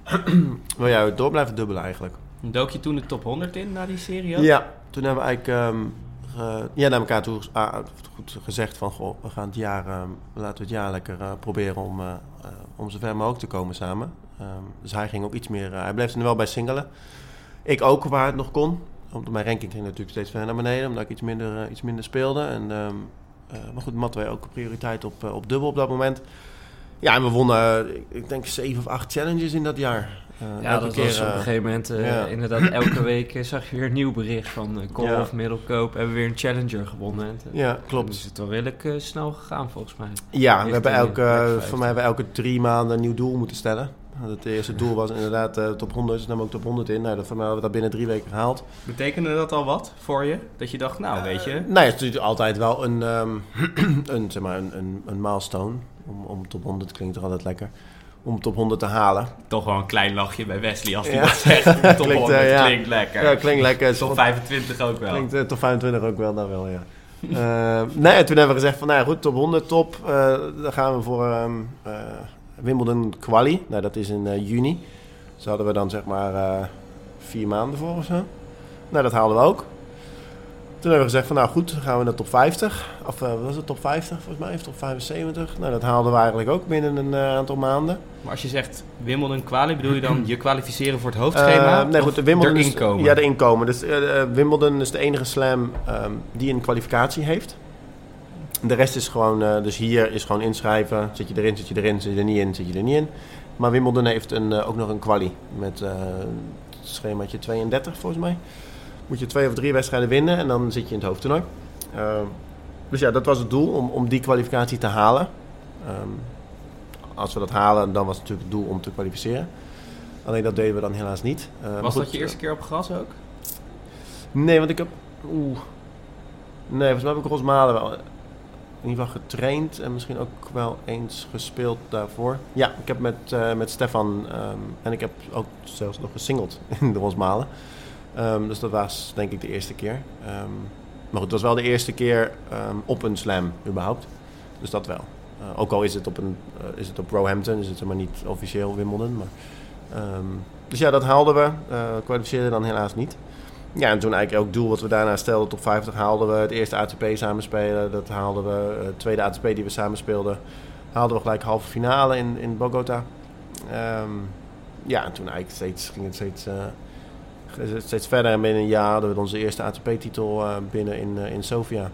wil jij door blijven dubbelen eigenlijk? Dook je toen de top honderd in na die serie ook? Ja, toen hebben we eigenlijk... Um, uh, ja, naar elkaar toe uh, goed gezegd van... Goh, we gaan het jaar... Um, laten we het jaar lekker uh, proberen om, uh, uh, om zo ver mogelijk te komen samen. Um, dus hij ging ook iets meer... Uh, hij bleef er wel bij singelen. Ik ook, waar het nog kon. Omdat mijn ranking ging natuurlijk steeds verder naar beneden. Omdat ik iets minder, uh, iets minder speelde. En, um, uh, maar goed, Matt had ook prioriteit op, uh, op dubbel op dat moment. Ja, en we wonnen, uh, ik denk, zeven of acht challenges in dat jaar. Uh, ja, dat keer, was op een gegeven moment... Uh, ja. Inderdaad, elke week uh, zag je weer een nieuw bericht van... Uh, Call ja. of Middelkoop, hebben we weer een challenger gewonnen. En, uh, ja, klopt. Dus het is wel redelijk uh, snel gegaan, volgens mij. Ja, we hebben elke, uh, voor mij hebben we elke drie maanden een nieuw doel moeten stellen. Het eerste doel was inderdaad uh, top honderd, dus dan nam ook top honderd in. Nou, dat, voor mij hebben we dat binnen drie weken gehaald. Betekende dat al wat voor je? Dat je dacht, nou, weet je... Uh, nou ja, het is natuurlijk altijd wel een, um, een, zeg maar een, een, een milestone. Om, om top honderd, klinkt er altijd lekker. Om top honderd te halen. Toch wel een klein lachje bij Wesley als hij ja. dat zegt. Top klinkt, honderd uh, ja. klinkt lekker. Ja, klinkt lekker. Top vijfentwintig ook wel. Klinkt uh, top vijfentwintig ook wel, nou wel, ja. uh, nee, toen hebben we gezegd van, nou ja, goed, top honderd, top. Uh, dan gaan we voor um, uh, Wimbledon Quali. Nou, dat is in uh, juni. Dus hadden we dan zeg maar uh, vier maanden voor of zo. Nou, dat haalden we ook. Toen hebben we gezegd van, nou goed, dan gaan we naar top vijftig. Of uh, wat was het, top vijftig volgens mij, of top vijfenzeventig. Nou, dat haalden we eigenlijk ook binnen een uh, aantal maanden. Maar als je zegt Wimbledon Quali, bedoel je dan je kwalificeren voor het hoofdschema? Uh, nee, goed, de Wimbledon erin is, komen? Ja, erin komen. Dus uh, Wimbledon is de enige slam um, die een kwalificatie heeft. De rest is gewoon, uh, dus hier is gewoon inschrijven. Zit je erin, zit je erin, zit je er niet in, zit je er niet in. Maar Wimbledon heeft een, uh, ook nog een quali met uh, het schemaatje tweeëndertig volgens mij. Moet je twee of drie wedstrijden winnen en dan zit je in het hoofdtoernooi. Uh, dus ja, dat was het doel, om, om die kwalificatie te halen. Um, als we dat halen, dan was het natuurlijk het doel om te kwalificeren. Alleen dat deden we dan helaas niet. Uh, was goed, dat je eerste keer op gras ook? Nee, want ik heb... Oeh. Nee, volgens mij heb ik Rosmalen wel in ieder geval getraind en misschien ook wel eens gespeeld daarvoor. Ja, ik heb met, uh, met Stefan um, en ik heb ook zelfs nog gesingeld in de Rosmalen. Um, dus dat was denk ik de eerste keer. Um, maar goed, het was wel de eerste keer um, op een slam überhaupt. Dus dat wel. Uh, ook al is het op, een, uh, is het op Roehampton, is het maar niet officieel Wimbledon. Maar, um, dus ja, dat haalden we. Uh, kwalificeerden dan helaas niet. Ja, en toen eigenlijk ook doel wat we daarna stelden, top vijftig haalden we. Het eerste A T P samenspelen, dat haalden we. Het tweede A T P die we samen speelden, haalden we gelijk halve finale in, in Bogota. Um, ja, en toen eigenlijk steeds, ging het steeds, uh, steeds verder. En binnen een jaar hadden we onze eerste A T P-titel uh, binnen in, uh, in Sofia.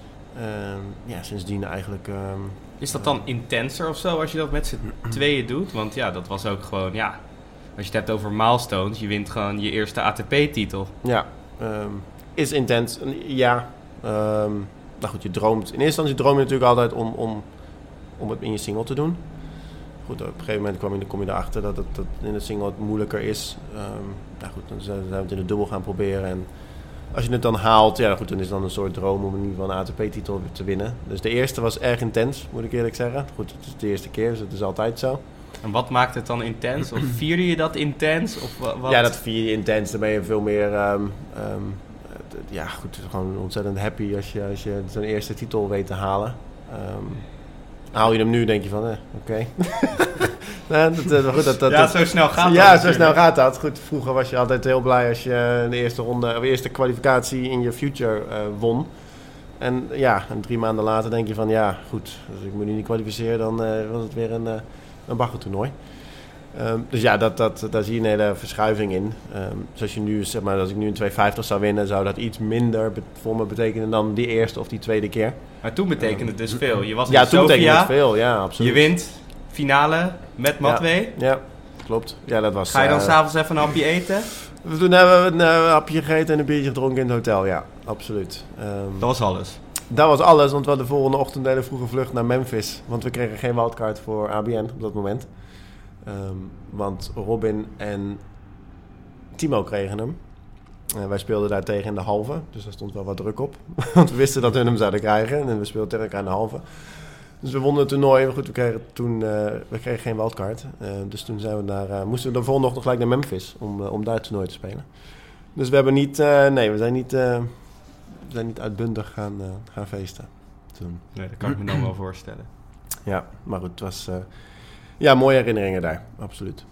Um, ja, sindsdien eigenlijk... Um, Is dat dan intenser of zo als je dat met z'n tweeën doet? Want ja, dat was ook gewoon, ja... Als je het hebt over milestones, je wint gewoon je eerste A T P-titel. Ja, um, is intens. Ja, um, nou goed, je droomt... In eerste instantie droom je natuurlijk altijd om, om, om het in je single te doen. Goed, op een gegeven moment kwam je, kom je erachter dat het dat in de single het moeilijker is. Um, nou goed, dan zijn we het in de dubbel gaan proberen. En als je het dan haalt, ja goed, dan is het dan een soort droom om in ieder geval een A T P-titel te winnen. Dus de eerste was erg intens, moet ik eerlijk zeggen. Goed, het is de eerste keer, dus het is altijd zo. En wat maakt het dan intens? Of vierde je dat intens? Of wat? Ja, dat vier je intens. Dan ben je veel meer... Um, um, ja, goed, gewoon ontzettend happy als je, als je zo'n eerste titel weet te halen. Um, haal je hem nu, denk je van, eh, oké. Okay. dat, dat, dat, ja, zo snel gaat dat. Ja, natuurlijk. zo snel gaat dat. Goed, vroeger was je altijd heel blij als je de eerste ronde, of eerste kwalificatie in je future uh, won. En ja, en drie maanden later denk je van, ja, goed, als ik me nu niet kwalificeer, dan uh, was het weer een... Uh, een baggertoernooi. Um, dus ja, dat, dat, daar zie je een hele verschuiving in. Um, dus als, je nu, zeg maar, als ik nu een twee vijftig zou winnen, zou dat iets minder be- voor me betekenen dan die eerste of die tweede keer. Maar toen betekende het dus veel. Je was in ja, toen Sofia, betekende het veel, ja, absoluut. Je wint finale met Matwee. Ja, ja, klopt. Ja, dat was, Ga je dan uh, s'avonds even een hapje eten? Toen hebben we een, uh, een hapje gegeten en een biertje gedronken in het hotel, ja, absoluut. Um, Dat was alles. Dat was alles, want we hadden de volgende ochtend een hele vroege vlucht naar Memphis. Want we kregen geen wildcard voor A B N op dat moment. Um, want Robin en Timo kregen hem. Uh, wij speelden daar tegen in de halve, dus daar stond wel wat druk op. Want we wisten dat hun hem zouden krijgen en we speelden tegen elkaar in de halve. Dus we wonnen het toernooi, maar goed, we kregen toen uh, we kregen geen wildcard. Uh, dus toen zijn we daar, uh, moesten we de volgende ochtend gelijk naar Memphis om, uh, om daar het toernooi te spelen. Dus we hebben niet, uh, nee, we zijn niet... Uh, We zijn niet uitbundig gaan, uh, gaan feesten. toen. Nee, dat kan ik me dan wel voorstellen. Ja, maar goed, het was... Uh, ja, mooie herinneringen daar, absoluut.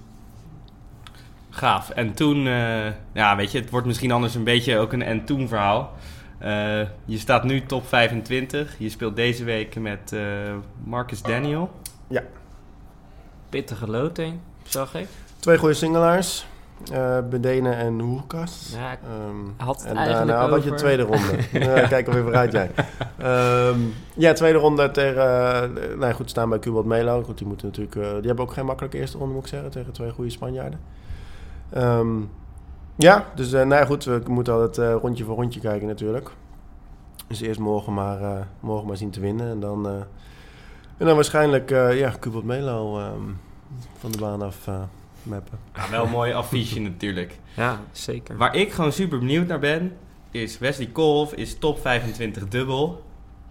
Gaaf. En toen, uh, ja, weet je, het wordt misschien anders een beetje ook een en-toen verhaal. Uh, je staat nu top vijfentwintig. Je speelt deze week met uh, Marcus Daniel. Ja. Pittige loting, zag ik. Twee goede singelaars. Uh, Bedene en Hoerkas. Ja, ik um, had het en eigenlijk daarna had je de tweede ronde. uh, kijk of je vooruit jij. Um, ja, tweede ronde tegen... Uh, nou goed, staan bij Kubalt Melo. Goed, die moeten natuurlijk... Uh, die hebben ook geen makkelijke eerste ronde, moet ik zeggen. Tegen twee goede Spanjaarden. Um, ja, dus uh, nou goed, we moeten altijd uh, rondje voor rondje kijken natuurlijk. Dus eerst morgen maar, uh, morgen maar zien te winnen. En dan, uh, en dan waarschijnlijk uh, ja, Kubalt Melo um, van de baan af uh, mappen. Ja, wel een mooi affiche natuurlijk. Ja, zeker. Waar ik gewoon super benieuwd naar ben, is Wesley Koolhof is top vijfentwintig dubbel.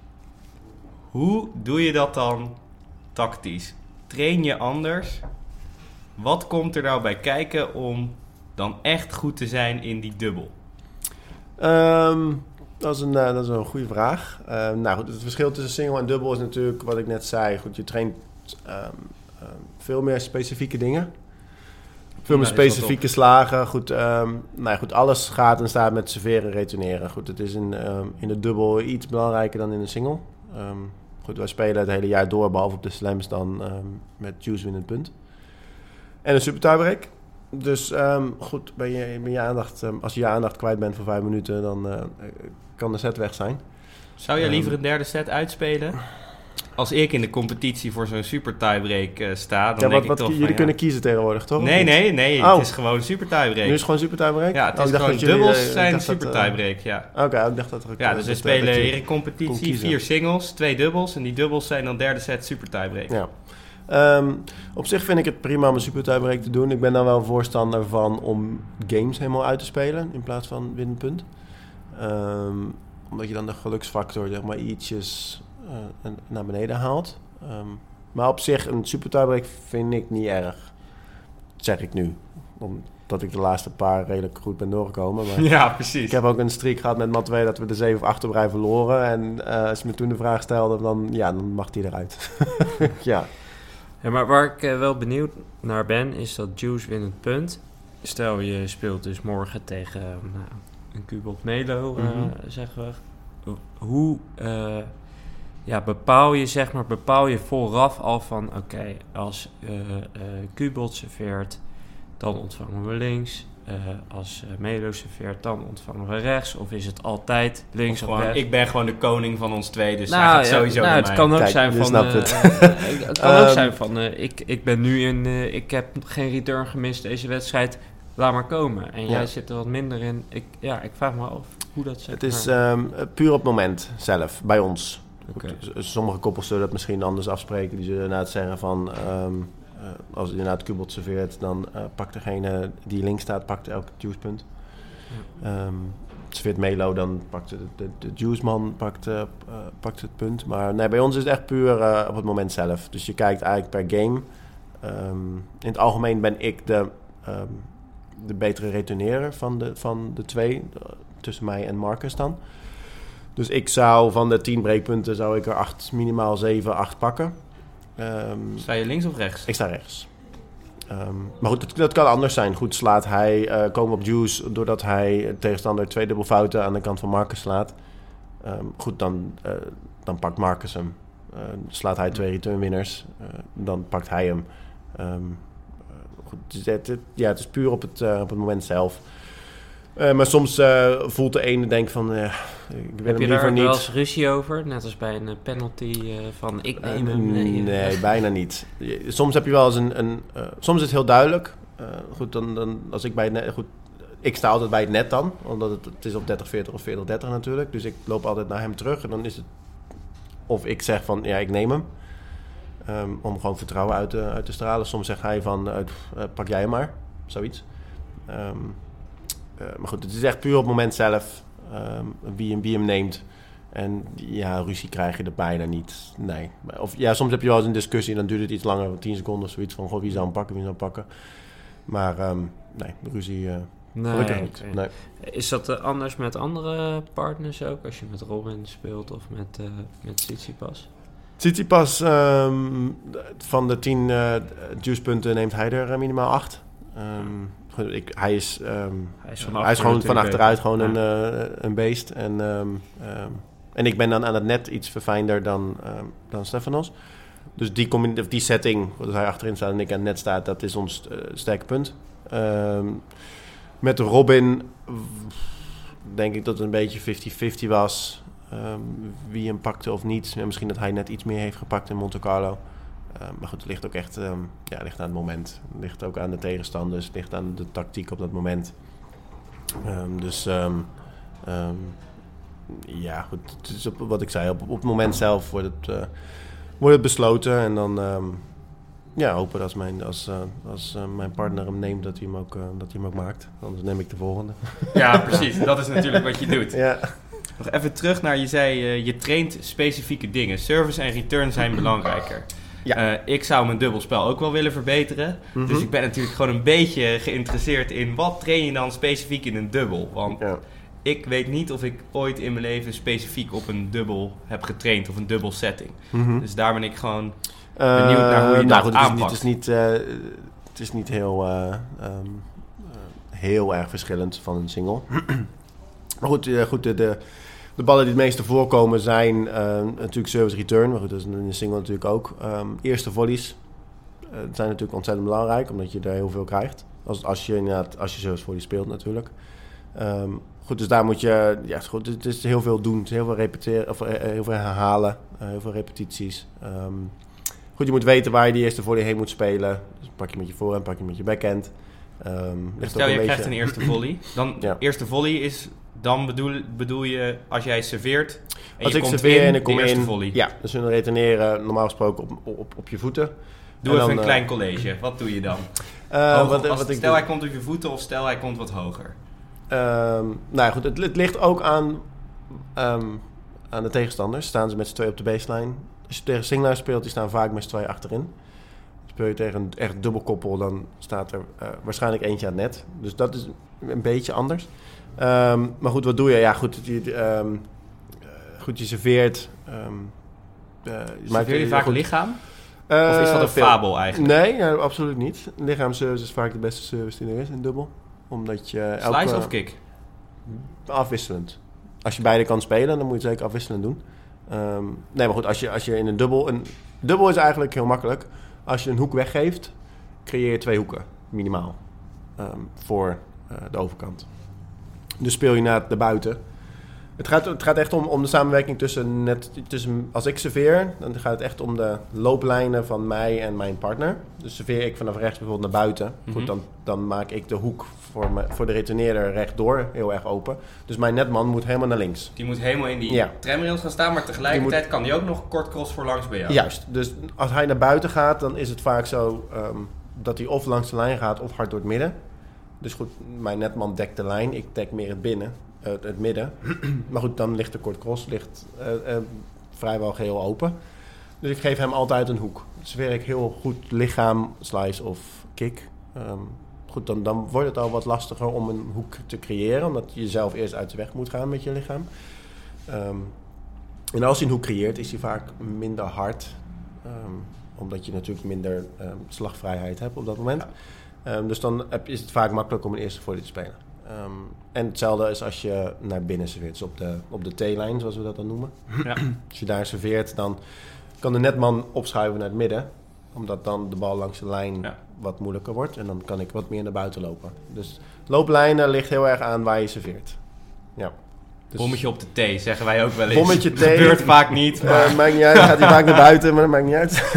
Hoe doe je dat dan tactisch? Train je anders? Wat komt er nou bij kijken om dan echt goed te zijn in die dubbel? Um, dat, is een, uh, dat is een goede vraag. Uh, nou goed, het verschil tussen single en dubbel is natuurlijk wat ik net zei. Goed, je traint um, um, veel meer specifieke dingen. Veel meer Ja, specifieke slagen. Goed, um, nou goed, alles gaat en staat met serveren en retourneren. Goed, het is in, um, in de dubbel iets belangrijker dan in de single. Um, goed, wij spelen het hele jaar door, behalve op de slams dan um, met juice winnend punt. En een super tiebreak. Dus um, goed, ben je, ben je aandacht, um, als je je aandacht kwijt bent voor vijf minuten, dan uh, kan de set weg zijn. Zou jij Um, liever een derde set uitspelen? Als ik in de competitie voor zo'n super tiebreak uh, sta, dan ja, denk wat, ik wat, toch jullie van, kunnen ja. kiezen tegenwoordig, toch? Nee, nee, nee. Oh. Het is gewoon super tiebreak. Nu is het gewoon super tiebreak? Ja, het Oh, is ik dacht gewoon dat jullie, dubbels uh, zijn dacht super dat, uh, tiebreak, ja. Oké, okay, ik dacht dat er ook... Ja, dus we dat, spelen dat je hier in kon competitie kiezen. vier singles, twee dubbels. En die dubbels zijn dan derde set super tiebreak. Ja. Um, op zich vind ik het prima om een super tiebreak te doen. Ik ben dan wel voorstander van om games helemaal uit te spelen in plaats van winnend punt. Um, omdat je dan de geluksfactor zeg maar ietsjes uh, naar beneden haalt. Um, maar op zich een super tiebreak vind ik niet erg. Dat zeg ik nu. Omdat ik de laatste paar redelijk goed ben doorgekomen. Maar Ja, precies. ik heb ook een streak gehad met Mat twee dat we de zeven of acht op rij verloren. En uh, als je me toen de vraag stelde, dan, ja, dan mag die eruit. Ja. Ja, maar waar ik uh, wel benieuwd naar ben, is dat juice winnend punt. Stel je speelt dus morgen tegen uh, nou, een Kubalt Melo, uh, Mm-hmm. zeggen we. Hoe uh, ja, bepaal je, zeg maar, bepaal je vooraf al van, oké, okay, als uh, uh, Kubalt serveert, dan ontvangen we links. Uh, als uh, Melo serveert, dan ontvangen we rechts. Of is het altijd links of, Of gewoon, rechts? ik ben gewoon de koning van ons twee, dus Nou, hij gaat ja, sowieso nou, naar het mij. kan ook Kijk, zijn je van... snapt uh, het. uh, het kan ook Um, zijn van... Uh, ik, ik ben nu in... Uh, ik heb geen return gemist deze wedstrijd. Laat maar komen. En Ja. jij zit er wat minder in. Ik, ja, ik vraag me af hoe dat zit. Het is um, puur op het moment zelf, bij ons. Okay. Sommige koppels zullen het misschien anders afspreken. Die zullen inderdaad zeggen van... Um, uh, als het inderdaad Kubalt serveert, dan uh, pakt degene die links staat, pakt elk juicepunt. Ja. Um, serveert Melo, dan pakt de, de, de juiceman pakt, uh, uh, pakt het punt. Maar nee, bij ons is het echt puur uh, op het moment zelf. Dus je kijkt eigenlijk per game. Um, in het algemeen ben ik de, um, de betere returnerer van de, van de twee. Uh, tussen mij en Marcus dan. Dus ik zou van de tien breekpunten zou ik er acht, minimaal zeven, acht pakken. Um, Sta je links of rechts? ik sta rechts. Um, maar goed, dat, dat kan anders zijn. Goed, slaat hij uh, komen op juice doordat hij tegenstander twee dubbelfouten aan de kant van Marcus slaat. Um, goed, dan, uh, dan pakt Marcus hem. Uh, slaat hij twee returnwinners, uh, dan pakt hij hem. Um, uh, goed, het, het, ja, het is puur op het, uh, op het moment zelf. Uh, maar soms uh, voelt de ene denk van, uh, ik wil Heb hem je liever daar niet. wel eens ruzie over? Net als bij een uh, penalty uh, van ik neem Uh, hem. Nee, nee, bijna niet. Je- Soms heb je wel eens een... een uh, soms is het heel duidelijk. Uh, goed, dan, dan als ik bij het net... Goed, ik sta altijd bij het net dan. Omdat het, het is op dertig veertig of veertig dertig natuurlijk. Dus ik loop altijd naar hem terug. En dan is het... Of ik zeg van, ja, ik neem hem. Um, om gewoon vertrouwen uit te, uit te stralen. Soms zegt hij van, uh, uh, pak jij hem maar. Zoiets. Um, uh, maar goed, het is echt puur op het moment zelf. Um, wie, wie hem neemt. En ja, ruzie krijg je er bijna niet. Nee. Of ja, soms heb je wel eens een discussie en dan duurt het iets langer, tien seconden of zoiets van, goh, wie zou hem pakken, wie zou hem pakken. Maar um, nee, ruzie, uh, Nee, Gelukkig niet. oké. Nee. Is dat uh, anders met andere partners ook? Als je met Robin speelt of met, uh, met Tsitsipas? Tsitsipas, um, van de tien uh, juicepunten neemt hij er uh, minimaal acht. Um, ik, hij is, um, hij is, van hij is gewoon van achteruit gewoon ja. een, uh, een beest. En, um, um, en ik ben dan aan het net iets verfijnder dan, um, dan Stefanos. Dus die, commun- die setting, dat hij achterin staat en ik aan het net staat, dat is ons uh, sterke punt. Um, met Robin denk ik dat het een beetje fifty fifty was. Um, wie hem pakte of niet. Ja, misschien dat hij net iets meer heeft gepakt in Monte Carlo. Um, maar goed, het ligt ook echt um, ja, ligt aan het moment. Het ligt ook aan de tegenstanders. Het ligt aan de tactiek op dat moment. Um, dus um, um, ja, goed. Het is op, wat ik zei, op, op het moment zelf wordt het, uh, wordt het besloten. En dan um, ja, hopen dat als, mijn, als, uh, als uh, mijn partner hem neemt, dat hij hem, ook, uh, dat hij hem ook maakt. Anders neem ik de volgende. Ja, precies. Dat is natuurlijk wat je doet. Ja. Nog even terug naar, je zei, uh, je traint specifieke dingen. Service en return zijn belangrijker. Ja. Uh, ik zou mijn dubbelspel ook wel willen verbeteren. Mm-hmm. Dus ik ben natuurlijk gewoon een beetje geïnteresseerd in wat train je dan specifiek in een dubbel. Want ja. ik weet niet of ik ooit in mijn leven specifiek op een dubbel heb getraind of een dubbel setting. Mm-hmm. Dus daar ben ik gewoon benieuwd uh, naar hoe je nou, dat goed, aanpakt. Het is niet, het is niet, uh, het is niet heel, uh, um, uh, heel erg verschillend van een single. Maar goed, uh, goed de... de De ballen die het meeste voorkomen zijn uh, natuurlijk service return. Maar goed, dat is in de single natuurlijk ook. Um, eerste volleys uh, zijn natuurlijk ontzettend belangrijk. Omdat je daar heel veel krijgt. Als, als je inderdaad, als je service volley speelt natuurlijk. Um, goed, dus daar moet je... Ja, goed, het is heel veel doen. Het is heel veel repeteren, of uh, heel veel herhalen. Uh, heel veel repetities. Um, goed, je moet weten waar je die eerste volley heen moet spelen. Dus pak je met je voorhand, pak je met je backhand. Um, Stel, je beetje... krijgt een eerste volley. Dan ja. eerste volley is... Dan bedoel, bedoel je, als jij serveert en als je ik komt serveer in, en ik kom de eerste in, volley. Ja, dus we returneren normaal gesproken op, op, op je voeten. Doe en even dan, een klein college. Wat doe je dan? Uh, Hoog, wat, als, wat ik stel doe. hij komt op je voeten of stel hij komt wat hoger? Um, nou goed, het, het ligt ook aan, um, aan de tegenstanders. Staan ze met z'n twee op de baseline. Als je tegen singler speelt, die staan vaak met z'n twee achterin. Speel je tegen een echt dubbelkoppel, dan staat er uh, waarschijnlijk eentje aan het net. Dus dat is een beetje anders. Um, maar goed, wat doe je? Ja, goed, je, um, uh, goed, je serveert. Um, uh, je Serveer je vaak goed. lichaam? Uh, of is dat een veel. fabel eigenlijk? Nee, ja, absoluut niet. Lichaamsservice is vaak de beste service die er is in dubbel. Omdat je Slice elke, of kick? Afwisselend. Als je beide kan spelen, dan moet je het zeker afwisselend doen. Um, nee, maar goed, als je, als je in een dubbel... Een dubbel is eigenlijk heel makkelijk. Als je een hoek weggeeft, creëer je twee hoeken, minimaal. Um, voor uh, de overkant. Dus speel je naar de buiten. Het gaat, het gaat echt om, om de samenwerking tussen, net, tussen... Als ik serveer, dan gaat het echt om de looplijnen van mij en mijn partner. Dus serveer ik vanaf rechts bijvoorbeeld naar buiten. Mm-hmm. Goed, dan, dan maak ik de hoek voor, me, voor de returneerder rechtdoor heel erg open. Dus mijn netman moet helemaal naar links. Die moet helemaal in die ja. tramrails gaan staan, maar tegelijkertijd moet, kan die ook nog kort cross voor langs bij jou. Juist. Dus als hij naar buiten gaat, dan is het vaak zo um, dat hij of langs de lijn gaat of hard door het midden. Dus goed, mijn netman dekt de lijn, ik dek meer het binnen, uh, het midden. Maar goed, dan ligt de kort cross ligt, uh, uh, vrijwel geheel open. Dus ik geef hem altijd een hoek. Dus weer ik heel goed lichaam, slice of kick. Um, goed, dan, dan wordt het al wat lastiger om een hoek te creëren, omdat je zelf eerst uit de weg moet gaan met je lichaam. Um, en als je een hoek creëert, is hij vaak minder hard, um, omdat je natuurlijk minder um, slagvrijheid hebt op dat moment. Ja. Um, dus dan heb, is het vaak makkelijk om een eerste volley te spelen. Um, en hetzelfde is als je naar binnen serveert, dus op de, op de T-lijn, zoals we dat dan noemen. Ja. Als je daar serveert, dan kan de netman opschuiven naar het midden, omdat dan de bal langs de lijn ja. wat moeilijker wordt. En dan kan ik wat meer naar buiten lopen. Dus looplijnen ligt heel erg aan waar je serveert. Ja. Dus bommetje op de T, zeggen wij ook wel eens. Bommetje T. Dat gebeurt vaak niet. Maar... Uh, maakt niet uit, gaat hij vaak naar buiten, maar dat maakt niet uit.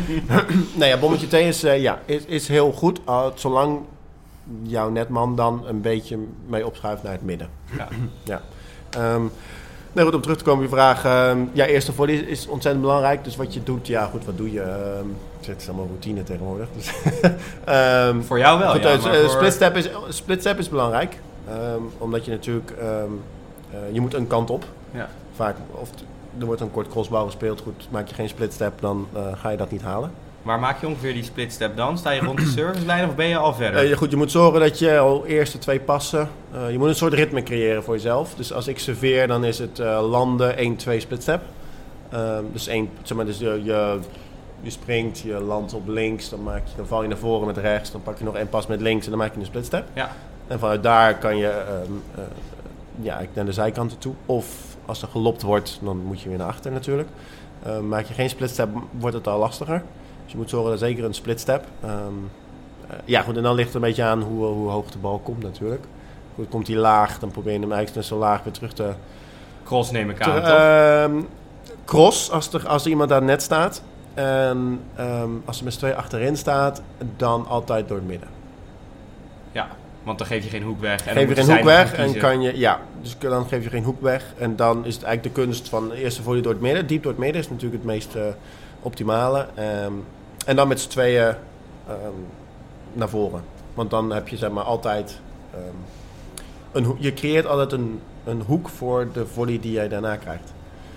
Nee, ja, bommetje T is, uh, ja, is, is heel goed, uh, zolang jouw netman dan een beetje mee opschuift naar het midden. Ja. ja. Um, nou goed, om terug te komen op je vraag. Um, ja, eerste volley is ontzettend belangrijk. Dus wat je doet, ja goed, wat doe je? Um, het is allemaal routine tegenwoordig. Dus um, voor jou wel, goed, ja. Uh, voor... split, step is, split step is belangrijk. Um, omdat je natuurlijk... Um, Uh, je moet een kant op. Ja. Vaak, of t- er wordt een kort crossbal gespeeld. Goed, maak je geen split step, dan uh, ga je dat niet halen. Waar maak je ongeveer die split step dan? Sta je rond de servicelijn of ben je al verder? Uh, goed, je moet zorgen dat je al eerste twee passen... Uh, je moet een soort ritme creëren voor jezelf. Dus als ik serveer, dan is het uh, landen, één, twee split step. Uh, dus één, zeg maar, dus je, je, je springt, je landt op links, dan, maak je, dan val je naar voren met rechts. Dan pak je nog één pas met links en dan maak je een split step. Ja. En vanuit daar kan je um, uh, ja, naar de zijkanten toe. Of als er gelopt wordt, dan moet je weer naar achter natuurlijk. Uh, maak je geen split step, wordt het al lastiger. Dus je moet zorgen dat zeker een split step. Um, uh, ja goed, en dan ligt het een beetje aan hoe, hoe hoog de bal komt natuurlijk. Goed, komt die laag, dan probeer je hem eigenlijk net zo laag weer terug te... Cross neem ik aan, te, toch? Uh, cross, als er, als er iemand aan het net staat. En um, als er met z'n twee achterin staat, dan altijd door het midden. Ja, want dan geef je geen hoek weg. En geef dan je geen hoek weg en kiezen. kan je... Ja, dus dan geef je geen hoek weg. En dan is het eigenlijk de kunst van de eerste volley door het midden. Diep door het midden is natuurlijk het meest uh, optimale. Um, en dan met z'n tweeën um, naar voren. Want dan heb je zeg maar altijd... Um, een ho- je creëert altijd een, een hoek voor de volley die jij daarna krijgt.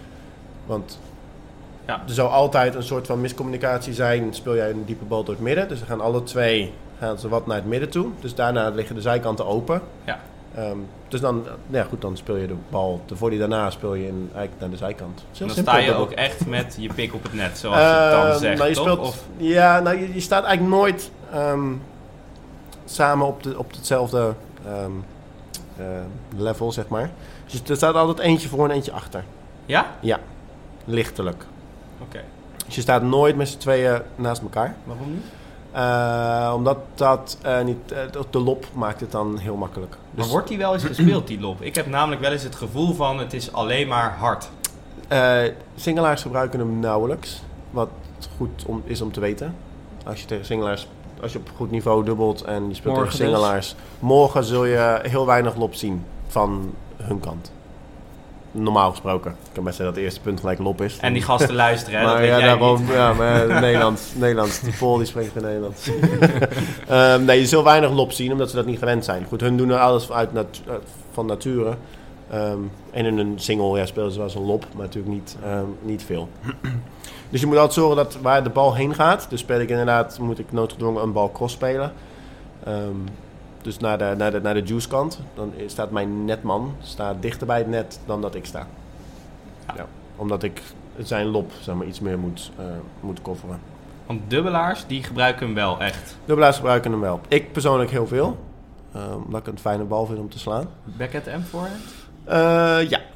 Want ja, er zou altijd een soort van miscommunicatie zijn. Speel jij een diepe bal door het midden. Dus dan gaan alle twee gaan ze wat naar het midden toe. Dus daarna liggen de zijkanten open. Ja. Um, dus dan, ja goed, dan speel je de bal. De volley daarna speel je in, eigenlijk naar de zijkant. En dan sta je ook echt met je pik op het net, zoals je het dan uh, zegt, nou, je toch? Speelt, of? Ja, nou je, je staat eigenlijk nooit um, samen op, de, op hetzelfde um, uh, level, zeg maar. Dus er staat altijd eentje voor en eentje achter. Ja? Ja, lichtelijk. Oké. Okay. Dus je staat nooit met z'n tweeën naast elkaar. Waarom niet? Uh, omdat dat uh, niet... Uh, de lob maakt het dan heel makkelijk. Dus, maar wordt die wel eens gespeeld, die lob? Ik heb namelijk wel eens het gevoel van het is alleen maar hard. Uh, singelaars gebruiken hem nauwelijks. Wat goed om, is om te weten. Als je tegen singelaars... Als je op goed niveau dubbelt en je speelt morgen tegen singelaars... Dus. Morgen zul je heel weinig lob zien van hun kant. Normaal gesproken. Ik kan best zeggen dat het eerste punt gelijk lop is. En die gasten luisteren, hè? Maar dat weet ja, jij daarom, niet. ja, maar Nederlands, Nederlands. Die Paul die spreekt in Nederlands. um, nee, je zult weinig lop zien, omdat ze dat niet gewend zijn. Goed, hun doen er alles uit nat- van nature. Um, en in een single ja, spelen ze wel eens een lop, maar natuurlijk niet, um, niet veel. Dus je moet altijd zorgen dat waar de bal heen gaat. Dus speel ik inderdaad, moet ik noodgedwongen een bal cross spelen. Um, dus naar de, naar de, naar de juice kant. Dan staat mijn netman staat dichter bij het net dan dat ik sta. Ja. Ja, omdat ik zijn lob zeg maar, iets meer moet, uh, moet kofferen. Want dubbelaars, die gebruiken hem wel echt. Dubbelaars gebruiken hem wel. Ik persoonlijk heel veel. Uh, omdat ik een fijne bal vind om te slaan. Backhand en forehand? Uh, ja.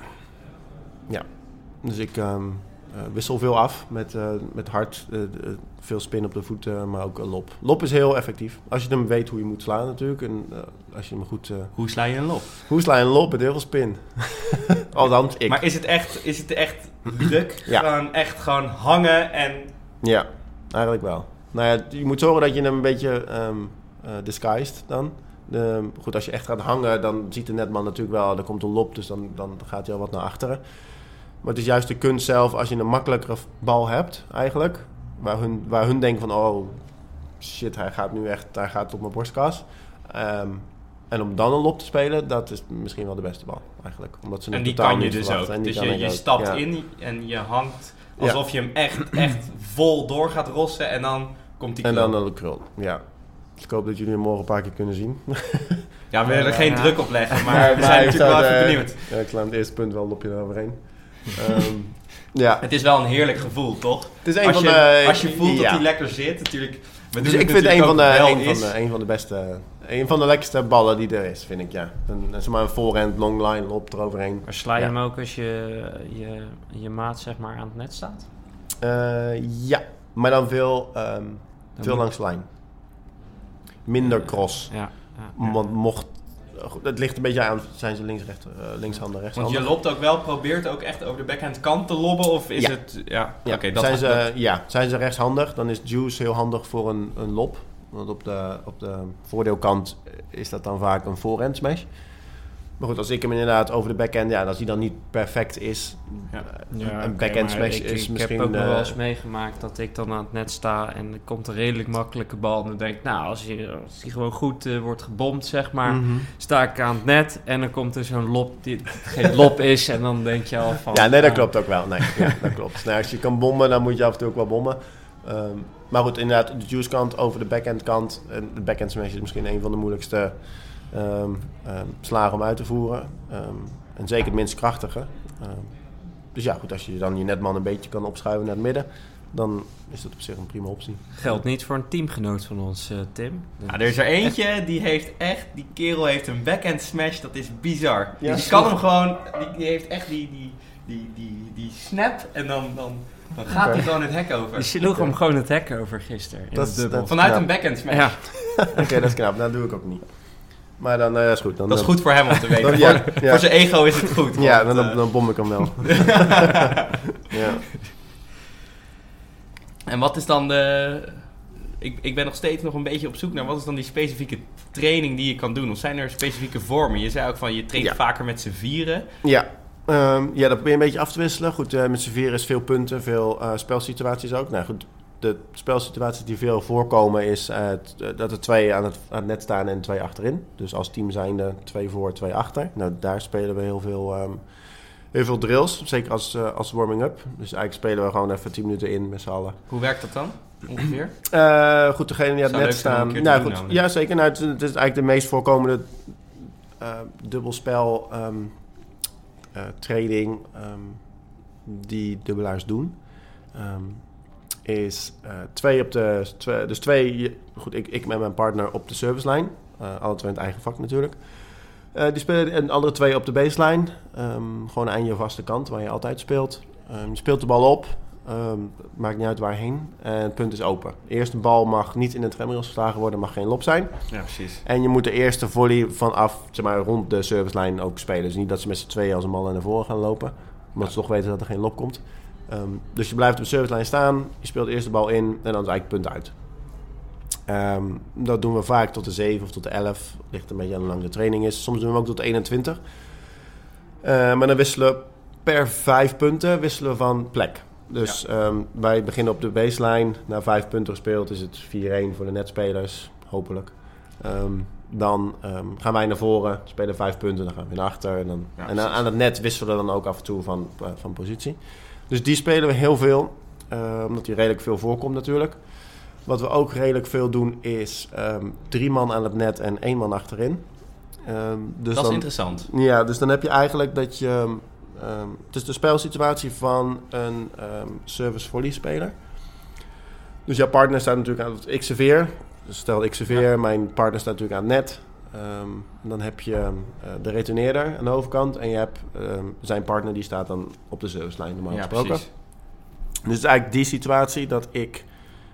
Ja. Dus ik um, uh, wissel veel af met, uh, met hard, uh, uh, veel spin op de voeten, maar ook een lob. Lob is heel effectief. Als je hem weet hoe je moet slaan natuurlijk. En uh, als je hem goed... Uh, hoe sla je een lob? Hoe sla je een lob met heel veel spin? Althans, ik. Maar is het echt, is het echt druk? Ja. Gewoon echt gewoon hangen en... Ja, eigenlijk wel. Nou ja, je moet zorgen dat je hem een beetje um, uh, disguised dan. De, goed, als je echt gaat hangen, dan ziet de netman natuurlijk wel, er komt een lob, dus dan, dan gaat hij al wat naar achteren. Maar het is juist de kunst zelf, als je een makkelijkere bal hebt, eigenlijk, waar hun, waar hun denken van, oh, shit, hij gaat nu echt, hij gaat op mijn borstkas. Um, en om dan een lob te spelen, dat is misschien wel de beste bal, eigenlijk. Omdat ze en die totaal kan je niet dus ook. En dus die je, je ook. stapt Ja. in en je hangt alsof ja. je hem echt, echt vol door gaat rossen en dan komt die krul. En dan de krul, ja. Ik hoop dat jullie hem morgen een paar keer kunnen zien. Ja, we willen er geen ja. druk op leggen, maar we zijn natuurlijk wel even benieuwd. Ja, ik sla het eerste punt wel een lopje eroverheen. um, ja. Het is wel een heerlijk gevoel, toch? Het is een als, van je, de, als je voelt ja. dat hij lekker zit, natuurlijk. We Dus doen ik het vind een van, de, wel een, is. van de, een van de beste, een van de lekkerste ballen die er is, vind ik, ja. Een, zeg maar een voorhand, long line, lop eroverheen. Maar sla je ja. hem ook als je, je je maat zeg maar aan het net staat? Uh, ja, maar dan veel, um, dan veel moet... langs de lijn. Minder cross. Ja, ja, ja. Want mocht... Het ligt een beetje aan, zijn ze links, rechter, uh, linkshanden, rechtshandig. Want je lobt ook wel, probeert ook echt over de backhand kant te lobben, of is ja. het... Ja, ja. Okay, dat zijn, gaat, ze, dat... ja, zijn ze rechtshandig, dan is juice heel handig voor een, een lob. Want op de, op de voordeelkant is dat dan vaak een voorhand smash. Maar goed, als ik hem inderdaad over de backhand, ja, als hij dan niet perfect is, Ja. Ja, een okay, backhand smash ik, is ik misschien... Ik heb ook nog uh, wel eens meegemaakt dat ik dan aan het net sta en er komt een redelijk makkelijke bal. En dan denk ik, nou, als hij als gewoon goed uh, wordt gebomd, zeg maar, mm-hmm. sta ik aan het net en dan komt er zo'n lob die geen lob is en dan denk je al van... Ja, nee, dat uh, klopt ook wel. Nee, ja, dat klopt. Nou, als je kan bommen, dan moet je af en toe ook wel bommen. Um, maar goed, inderdaad, de juice kant over de backhand kant. En de backhand smash is misschien een van de moeilijkste um, um, slagen om uit te voeren. Um, en zeker het minst krachtige. Um, dus ja, goed, als je dan je netman een beetje kan opschuiven naar het midden, dan is dat op zich een prima optie. Geldt niet voor een teamgenoot van ons, uh, Tim. Ja, er is er eentje, die heeft echt, die kerel heeft een backhand smash, dat is bizar. Ja, die kan hem gewoon, die, die heeft echt die, die, die, die, die snap en dan, dan, dan gaat Okay. hij gewoon het hek over. Je sloeg okay. hem gewoon het hek over gisteren. In Dat het is, dubbel. dat, Vanuit ja. een backhand smash. Ja. Oké, okay, dat is knap. Dat doe ik ook niet. Maar dan uh, is goed. Dan, dat is goed voor hem om te weten. Dan, ja, voor, ja. voor zijn ego is het goed. Ja, want, dan, uh, dan bom ik hem wel. Ja. En wat is dan de... Ik, ik ben nog steeds nog een beetje op zoek naar wat is dan die specifieke training die je kan doen? Of zijn er specifieke vormen? Je zei ook van je traint ja. vaker met z'n vieren. Ja. Um, ja, dat probeer je een beetje af te wisselen. Goed, uh, met z'n vieren is veel punten, veel uh, spelsituaties ook. Nou goed, de spelsituaties die veel voorkomen is uh, t, uh, dat er twee aan het, aan het net staan en twee achterin. Dus als team zijnde twee voor, twee achter. Nou, daar spelen we heel veel... Um, Heel veel drills, zeker als, uh, als warming-up. Dus eigenlijk spelen we gewoon even tien minuten in met z'n allen. Hoe werkt dat dan, ongeveer? Uh, goed, degene die aan het net staan... Nou, goed, doen, ja, zeker. Nou, het, het is eigenlijk de meest voorkomende uh, dubbelspel um, uh, training um, die dubbelaars doen. Um, is uh, twee op de... Twee, dus twee... Goed, ik, ik met mijn partner op de servicelijn. Uh, alle twee in het eigen vak natuurlijk. Uh, die spelen en de andere twee op de baseline. Um, gewoon aan je vaste kant waar je altijd speelt. Um, je speelt de bal op. Um, maakt niet uit waarheen. En het punt is open. De eerste bal mag niet in de tramrails geslagen worden. Mag geen lob zijn. Ja, precies. En je moet de eerste volley vanaf, zeg maar, rond de servicelijn ook spelen. Dus niet dat ze met z'n tweeën als een man naar voren gaan lopen. Omdat ja. ze toch weten dat er geen lob komt. Um, dus je blijft op de servicelijn staan. Je speelt de eerste bal in. En dan is eigenlijk punt uit. Um, dat doen we vaak tot de zeven of tot de elf. Ligt een beetje aan hoe lang de training is. Soms doen we hem ook tot de eenentwintig. Uh, maar dan wisselen we per vijf punten wisselen we van plek. Dus ja. um, wij beginnen op de baseline. Na vijf punten gespeeld is het vier-een voor de netspelers. Hopelijk. Um, dan um, gaan wij naar voren. Spelen vijf punten. Dan gaan we weer naar achter. En, dan, ja, en aan, aan het net wisselen we dan ook af en toe van, uh, van positie. Dus die spelen we heel veel. Uh, omdat die redelijk veel voorkomt natuurlijk. Wat we ook redelijk veel doen is um, drie man aan het net en één man achterin. Um, dus dat is dan, interessant. Ja, dus dan heb je eigenlijk dat je... Um, het is de spelsituatie van een um, service volley speler. Dus jouw partner staat natuurlijk aan het... Ik serveer. Dus stel ik serveer, ja. Mijn partner staat natuurlijk aan het net. Um, dan heb je um, de retourneerder aan de overkant. En je hebt um, zijn partner die staat dan op de servicelijn normaal ja, gesproken. Precies. Dus het is eigenlijk die situatie dat ik...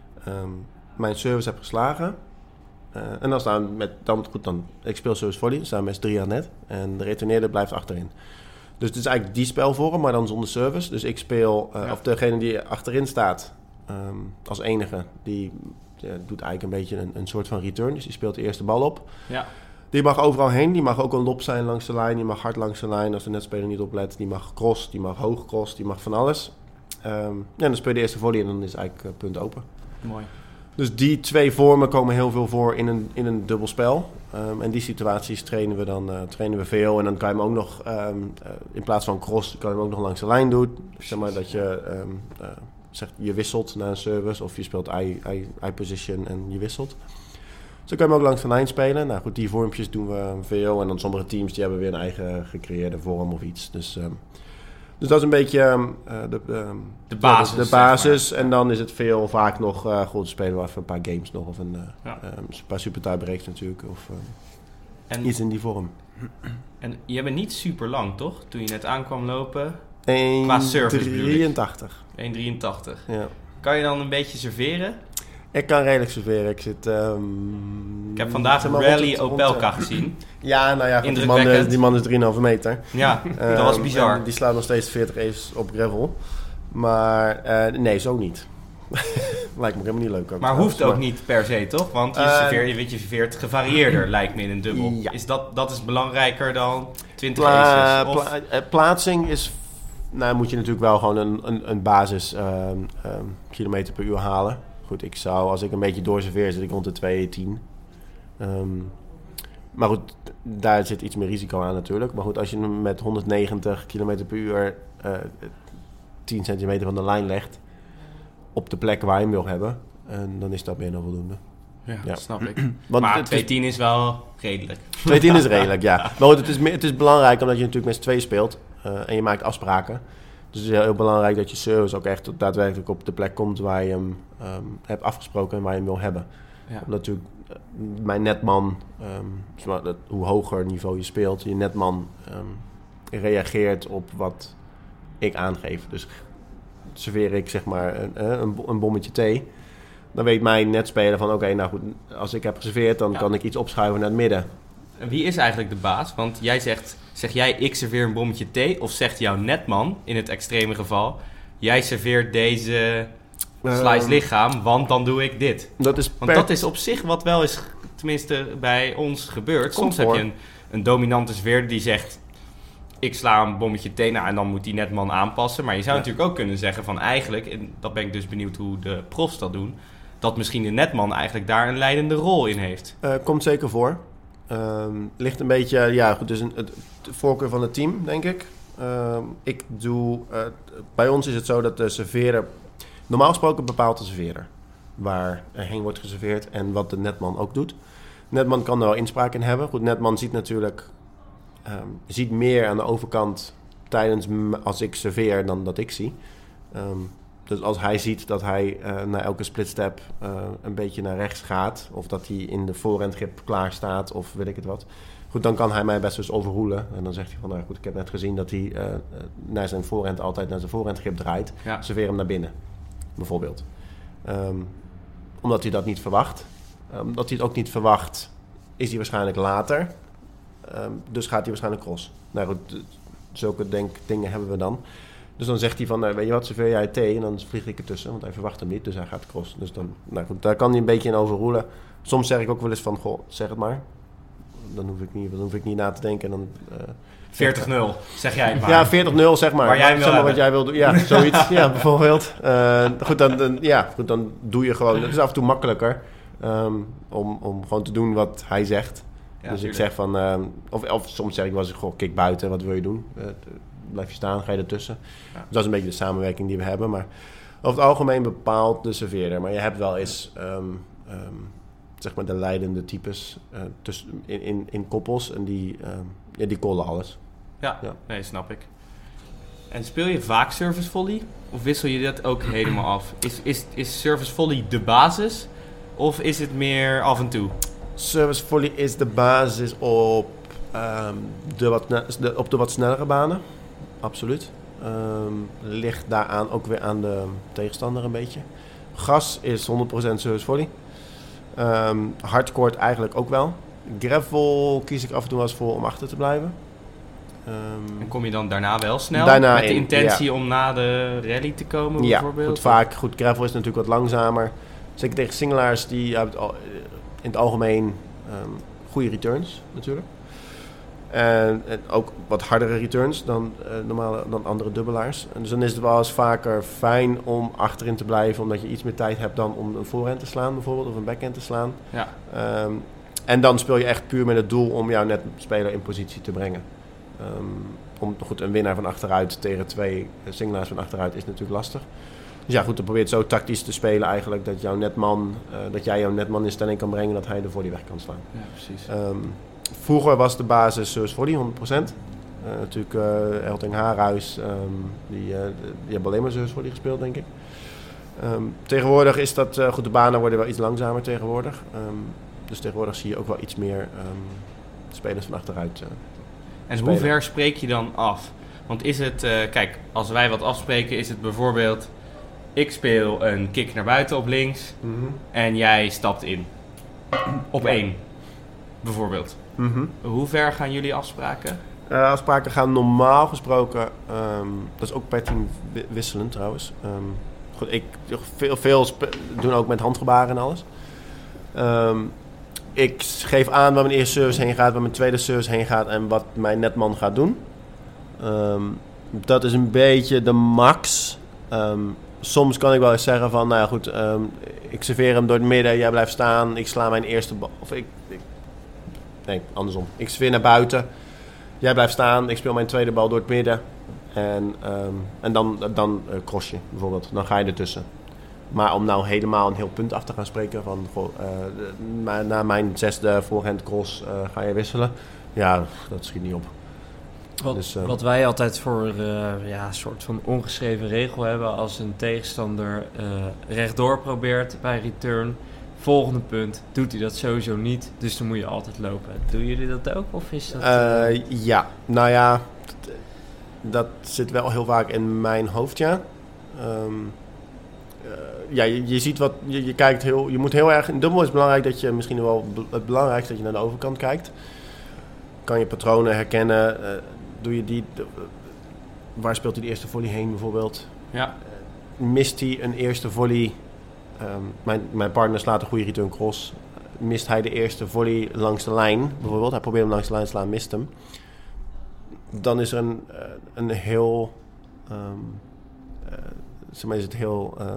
Um, mijn service heb geslagen. Uh, en dan staan met dan goed dan. Ik speel service volley, staan met z'n drie aan net. En de retourneerder blijft achterin. Dus het is eigenlijk die spelvorm, maar dan zonder service. Dus ik speel, uh, ja. of degene die achterin staat, um, als enige, die uh, doet eigenlijk een beetje een, een soort van return. Dus die speelt de eerste bal op. Ja. Die mag overal heen. Die mag ook een lob zijn langs de lijn. Die mag hard langs de lijn als de netspeler niet oplet. Die mag cross, die mag hoog cross, die mag van alles. Um, ja, dan speel je de eerste volley en dan is eigenlijk uh, punt open. Mooi. Dus die twee vormen komen heel veel voor in een, in een dubbelspel. Um, en die situaties trainen we dan uh, trainen we veel. En dan kan je hem ook nog, um, uh, in plaats van cross, kan je hem ook nog langs de lijn doen. Zeg maar dat je, um, uh, zegt, je wisselt naar een service of je speelt I-position en je wisselt. Dus dan kan je hem ook langs de lijn spelen. Nou goed, die vormpjes doen we veel. En dan sommige teams die hebben weer een eigen gecreëerde vorm of iets. Dus... Um, Dus dat is een beetje um, uh, de, um, de basis. De basis. Zeg maar. En dan is het veel vaak nog... Uh, goed, spelen we even een paar games nog. Of een, uh, ja. um, een paar super tiebreaks natuurlijk. Of uh, en, iets in die vorm. En je bent niet super lang, toch? Toen je net aankwam lopen. één Qua service drieëntachtig. één drieëntachtig. Ja. Kan je dan een beetje serveren? Ik kan redelijk serveren. Ik zit... Um, ik heb vandaag een rally Opelka gezien. Ja, nou ja, goed, die, man is, die man is drieënhalve meter. Ja, um, dat was bizar. Die slaat nog steeds veertig aces op gravel. Maar uh, nee, zo niet. Lijkt me helemaal niet leuk. Ook maar hoeft ook maar. niet per se, toch? Want je, uh, serveert, je, weet, je serveert gevarieerder, lijkt me, in een dubbel. Ja. Is dat, dat is belangrijker dan twintig Pla- aces? Pla- uh, plaatsing is... Nou, moet je natuurlijk wel gewoon een, een, een basis um, um, kilometer per uur halen. Goed, ik zou, als ik een beetje doorserveer, zit ik rond de twee tien. Um, maar goed, daar zit iets meer risico aan natuurlijk. Maar goed, als je hem met honderdnegentig kilometer per uur uh, tien centimeter van de lijn legt... op de plek waar je hem wil hebben... En dan is dat meer dan voldoende. Ja, Ja. snap ik. Want Maar het twee is, tien is wel redelijk. twee tien is redelijk, ja. Maar goed, het is, me- het is belangrijk omdat je natuurlijk met z'n tweeën speelt. Uh, en je maakt afspraken. Dus het is heel, heel belangrijk dat je service ook echt daadwerkelijk op de plek komt waar je hem um, hebt afgesproken en waar je hem wil hebben. Ja. Omdat natuurlijk uh, mijn netman, um, zeg maar, dat, hoe hoger niveau je speelt, je netman um, reageert op wat ik aangeef. Dus serveer ik zeg maar een, een, een bommetje thee, dan weet mijn netspeler van oké, okay, nou goed, als ik heb geserveerd, dan ja. kan ik iets opschuiven naar het midden. En wie is eigenlijk de baas? Want jij zegt, zeg jij ik serveer een bommetje thee, of zegt jouw netman, in het extreme geval, jij serveert deze slice uh, lichaam, want dan doe ik dit. Dat is want per... dat is op zich wat wel eens, tenminste bij ons gebeurt. Komt Soms voor. heb je een, een dominante serveerder die zegt, ik sla een bommetje thee, nou, en dan moet die netman aanpassen. Maar je zou ja. natuurlijk ook kunnen zeggen van eigenlijk, en dat ben ik dus benieuwd hoe de profs dat doen, dat misschien de netman eigenlijk daar een leidende rol in heeft. Uh, komt zeker voor. Um, ligt een beetje, ja goed, dus een, het, de voorkeur van het team, denk ik. Um, ik doe, uh, bij ons is het zo dat de serveerder, normaal gesproken bepaalt de serveerder waar er heen wordt geserveerd en wat de netman ook doet. De netman kan er wel inspraak in hebben. Goed, netman ziet natuurlijk, um, ziet meer aan de overkant tijdens m- als ik serveer dan dat ik zie. Um, Dus als hij ziet dat hij uh, na elke splitstep uh, een beetje naar rechts gaat, of dat hij in de voorhandgrip klaar staat, of weet ik het wat. Goed, dan kan hij mij best dus overroelen. En dan zegt hij van, nou goed, ik heb net gezien dat hij uh, naar zijn voorhand altijd naar zijn voorhandgrip draait. Ja. Serveer hem naar binnen, bijvoorbeeld. Um, omdat hij dat niet verwacht. Um, omdat hij het ook niet verwacht, is hij waarschijnlijk later. Um, dus gaat hij waarschijnlijk cross. Nou goed, zulke denk, dingen hebben we dan. Dus dan zegt hij van, nou, weet je wat, serveer jij thee en dan vlieg ik ertussen, want hij verwacht hem niet, dus hij gaat cross. Dus dan, nou goed, daar kan hij een beetje in overroelen. Soms zeg ik ook wel eens van, goh, zeg het maar. Dan hoef ik niet, dan hoef ik niet na te denken. Dan, uh, veertig nul, zeg jij het maar. Ja, veertig nul, zeg maar. Waar jij wil zeg maar hebben. wat jij wil doen. Ja, zoiets. Ja, bijvoorbeeld. Uh, goed, dan, dan, ja, goed, dan doe je gewoon, het is af en toe makkelijker um, om, om gewoon te doen wat hij zegt. Ja, dus tuurlijk. Ik zeg van, uh, of, of soms zeg ik wel eens, goh, kijk buiten, wat wil je doen? Uh, Blijf je staan, ga je ertussen. Ja. Dus dat is een beetje de samenwerking die we hebben. Maar over het algemeen bepaalt de serveerder. Maar je hebt wel eens um, um, zeg maar de leidende types uh, tussen, in, in, in koppels. En die, um, ja, die callen alles. Ja, ja, nee, snap ik. En speel je vaak service volley? Of wissel je dat ook helemaal af? Is, is, is service volley de basis? Of is het meer af en toe? Service volley is de basis op, um, de, wat, de, op de wat snellere banen. Absoluut. Um, ligt daaraan ook weer aan de tegenstander een beetje. Gas is honderd procent service volley. Um, hardcourt eigenlijk ook wel. Gravel kies ik af en toe wel eens voor om achter te blijven. Um, en kom je dan daarna wel snel? Daarna met de in, intentie ja. om na de rally te komen ja, bijvoorbeeld? Ja, goed, vaak. Goed, gravel is natuurlijk wat langzamer. Zeker tegen singelaars die hebben het in het algemeen um, goede returns natuurlijk. En, en ook wat hardere returns dan, uh, normale, dan andere dubbelaars. En dus dan is het wel eens vaker fijn om achterin te blijven, omdat je iets meer tijd hebt dan om een voorhand te slaan bijvoorbeeld, of een backhand te slaan. Ja. Um, en dan speel je echt puur met het doel om jouw netspeler in positie te brengen. Um, om, goed, een winnaar van achteruit tegen twee singelaars van achteruit is natuurlijk lastig. Dus ja, goed, dan probeer je het zo tactisch te spelen eigenlijk dat jouw netman, uh, dat jij jouw netman in stelling kan brengen dat hij de volley weg kan slaan. Ja, precies. Um, Vroeger was de basis service volley, honderd procent. Uh, natuurlijk uh, Elting Haarhuis, um, die, uh, die hebben alleen maar service volley gespeeld, denk ik. Um, tegenwoordig is dat, uh, goed, de banen worden wel iets langzamer tegenwoordig. Um, dus tegenwoordig zie je ook wel iets meer um, spelers van achteruit. Uh, en spelen. hoe ver spreek je dan af? Want is het, uh, kijk, als wij wat afspreken, is het bijvoorbeeld, ik speel een kick naar buiten op links mm-hmm. en jij stapt in. Op ja. één, bijvoorbeeld. Mm-hmm. Hoe ver gaan jullie afspraken? Uh, afspraken gaan normaal gesproken, um, dat is ook per team wisselend trouwens. Um, goed, ik veel, veel spe- doen ook met handgebaren en alles. Um, ik geef aan waar mijn eerste service heen gaat, waar mijn tweede service heen gaat en wat mijn netman gaat doen. Um, dat is een beetje de max. Um, soms kan ik wel eens zeggen van, nou ja goed, um, ik serveer hem door het midden, jij blijft staan, ik sla mijn eerste bal. Of ik, ik Nee, andersom. Ik serveer naar buiten. Jij blijft staan. Ik speel mijn tweede bal door het midden. En, um, en dan, dan uh, cross je bijvoorbeeld. Dan ga je ertussen. Maar om nou helemaal een heel punt af te gaan spreken van goh, uh, na mijn zesde voorhand cross uh, ga je wisselen. Ja, dat schiet niet op. Wat, dus, uh, wat wij altijd voor uh, ja, een soort van ongeschreven regel hebben als een tegenstander uh, rechtdoor probeert bij return. Volgende punt, doet hij dat sowieso niet, dus dan moet je altijd lopen. Doen jullie dat ook? Of is dat, uh... Uh, ja, nou ja, dat, dat zit wel heel vaak in mijn hoofd, ja. Um, uh, ja, je, je ziet wat, je, je kijkt heel, je moet heel erg, in dubbel is het belangrijk dat je, misschien wel het belangrijkste dat je naar de overkant kijkt. Kan je patronen herkennen, uh, doe je die, uh, waar speelt hij de eerste volley heen bijvoorbeeld? Ja. Uh, mist hij een eerste volley? Um, mijn, mijn partner slaat een goede return cross. Mist hij de eerste volley langs de lijn, bijvoorbeeld. Hij probeert hem langs de lijn te slaan, mist hem. Dan is er een, uh, een heel... Um, uh, zeg maar is het heel... Uh,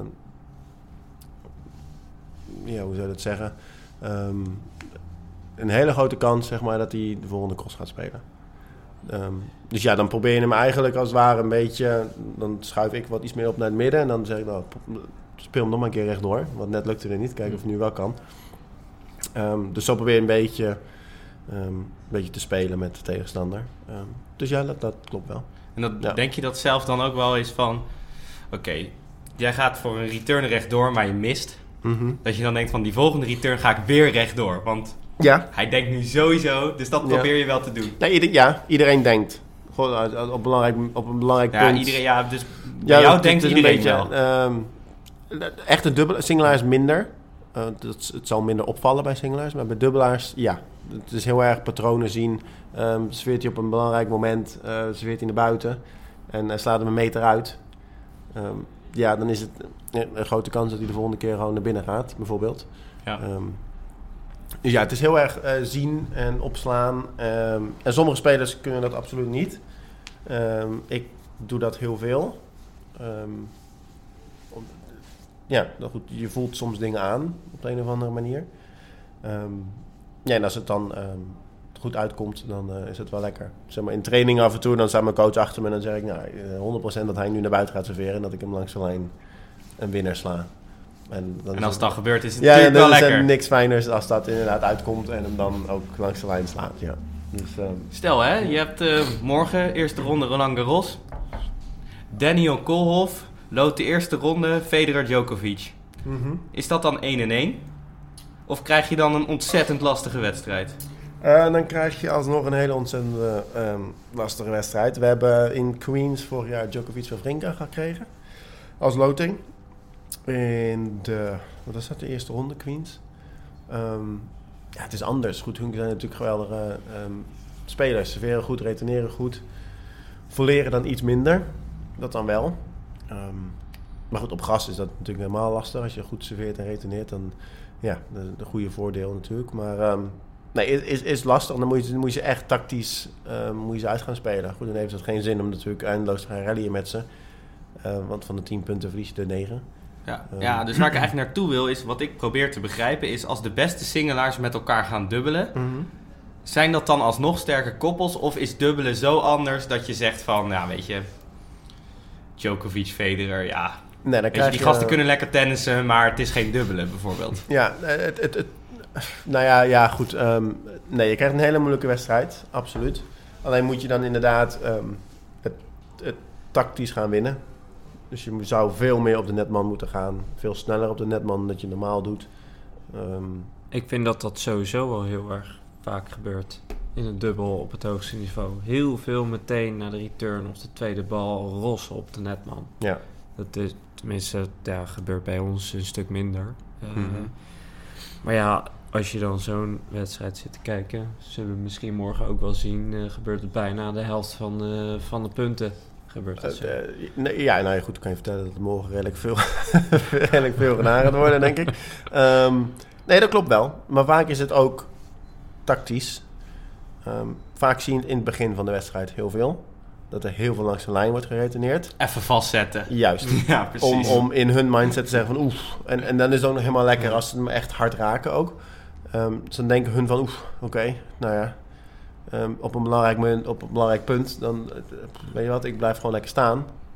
ja, hoe zou je dat zeggen? Um, een hele grote kans, zeg maar, dat hij de volgende cross gaat spelen. Um, dus ja, dan probeer je hem eigenlijk als het ware een beetje... Dan schuif ik wat iets meer op naar het midden. En dan zeg ik, nou... speel hem nog maar een keer rechtdoor. Want net lukte het niet. Kijken of het nu wel kan. Um, dus zo probeer je een beetje, um, een beetje te spelen met de tegenstander. Um, dus ja, dat, dat klopt wel. En dat, ja. denk je dat zelf dan ook wel is van... Oké, okay, jij gaat voor een return rechtdoor, maar je mist. Mm-hmm. Dat je dan denkt van die volgende return ga ik weer rechtdoor. Want ja. hij denkt nu sowieso. Dus dat probeer ja. je wel te doen. Nee, ieder, ja, iedereen denkt. Gewoon op, belangrijk, op een belangrijk ja, punt. Iedereen, ja, dus bij ja, jou dat, denkt iedereen beetje, wel. Um, Echt een dubbele, singelaars minder. Uh, dat, het zal minder opvallen bij singelaars. Maar bij dubbelaars, ja. Het is heel erg patronen zien. Um, serveert hij op een belangrijk moment, uh, serveert hij naar buiten. En hij slaat hem een meter uit. Um, ja, dan is het een grote kans dat hij de volgende keer gewoon naar binnen gaat, bijvoorbeeld. Ja. Um, dus ja, het is heel erg uh, zien en opslaan. Um, en sommige spelers kunnen dat absoluut niet. Um, ik doe dat heel veel. Um, Ja, nou goed, je voelt soms dingen aan op de een of andere manier. Um, ja, en als het dan um, goed uitkomt, dan uh, is het wel lekker. Zeg maar in training af en toe, dan staat mijn coach achter me en dan zeg ik, nou, honderd procent dat hij nu naar buiten gaat serveren en dat ik hem langs de lijn een winnaar sla. En, dan en als het dan gebeurt, is het ja, natuurlijk ja, wel lekker. Ja, dan is er niks fijners als dat inderdaad uitkomt en hem dan ook langs de lijn slaat, ja. Dus, um, Stel hè, je hebt uh, morgen, eerste ronde Roland Garros. Daniel Koolhof loopt de eerste ronde Federer Djokovic. Mm-hmm. Is dat dan één en één? Of krijg je dan een ontzettend lastige wedstrijd? Uh, dan krijg je alsnog een hele ontzettend um, lastige wedstrijd. We hebben in Queens vorig jaar Djokovic Wawrinka gekregen. Als loting. In de, wat was dat, de eerste ronde Queens. Um, ja, het is anders. Goed, hun zijn natuurlijk geweldige um, spelers. Serveren goed, reteneren goed. Volleren dan iets minder. Dat dan wel. Um, maar goed, op gras is dat natuurlijk helemaal lastig. Als je goed serveert en reteneert, dan ja, een goede voordeel natuurlijk. Maar um, nee, is, is lastig. Dan moet je, dan moet je echt tactisch um, moet je ze uit gaan spelen. Goed, dan heeft het geen zin om natuurlijk eindeloos te gaan rallyen met ze. Uh, want van de tien punten verlies je er negen. Ja, um, ja, dus waar ik eigenlijk naartoe wil is, wat ik probeer te begrijpen, is als de beste singelaars met elkaar gaan dubbelen, mm-hmm. zijn dat dan alsnog sterke koppels? Of is dubbelen zo anders dat je zegt van, ja weet je, Djokovic, Federer, ja. Nee, dan weet je, die je, gasten kunnen lekker tennissen, maar het is geen dubbelen bijvoorbeeld. Ja, het, het, het, nou ja, ja goed. Um, nee, je krijgt een hele moeilijke wedstrijd, absoluut. Alleen moet je dan inderdaad um, het, het tactisch gaan winnen. Dus je zou veel meer op de netman moeten gaan. Veel sneller op de netman dan dat je normaal doet. Um, Ik vind dat dat sowieso wel heel erg vaak gebeurt. In een dubbel op het hoogste niveau. Heel veel meteen naar de return of de tweede bal rossen op de netman. Ja. Dat is, tenminste, ja, gebeurt bij ons een stuk minder. Uh, mm-hmm. Maar ja, als je dan zo'n wedstrijd zit te kijken, zullen we misschien morgen ook wel zien, uh, gebeurt het bijna de helft van, uh, van de punten. Gebeurt dat zo? Uh, uh, nee, ja, nou ja, goed, ik kan je vertellen dat het morgen redelijk veel, redelijk veel gedaan gaat worden, denk ik. Um, nee, dat klopt wel. Maar vaak is het ook tactisch. Um, vaak zie je in het begin van de wedstrijd heel veel. Dat er heel veel langs de lijn wordt gereteneerd. Even vastzetten. Juist. Ja, precies. Om, om in hun mindset te zeggen van oef. En, en dan is het ook nog helemaal lekker als ze hem echt hard raken ook. Um, dus dan denken hun van oef, oké, okay, nou ja. Um, op, een belangrijk moment, op een belangrijk punt, dan weet je wat, ik blijf gewoon lekker staan.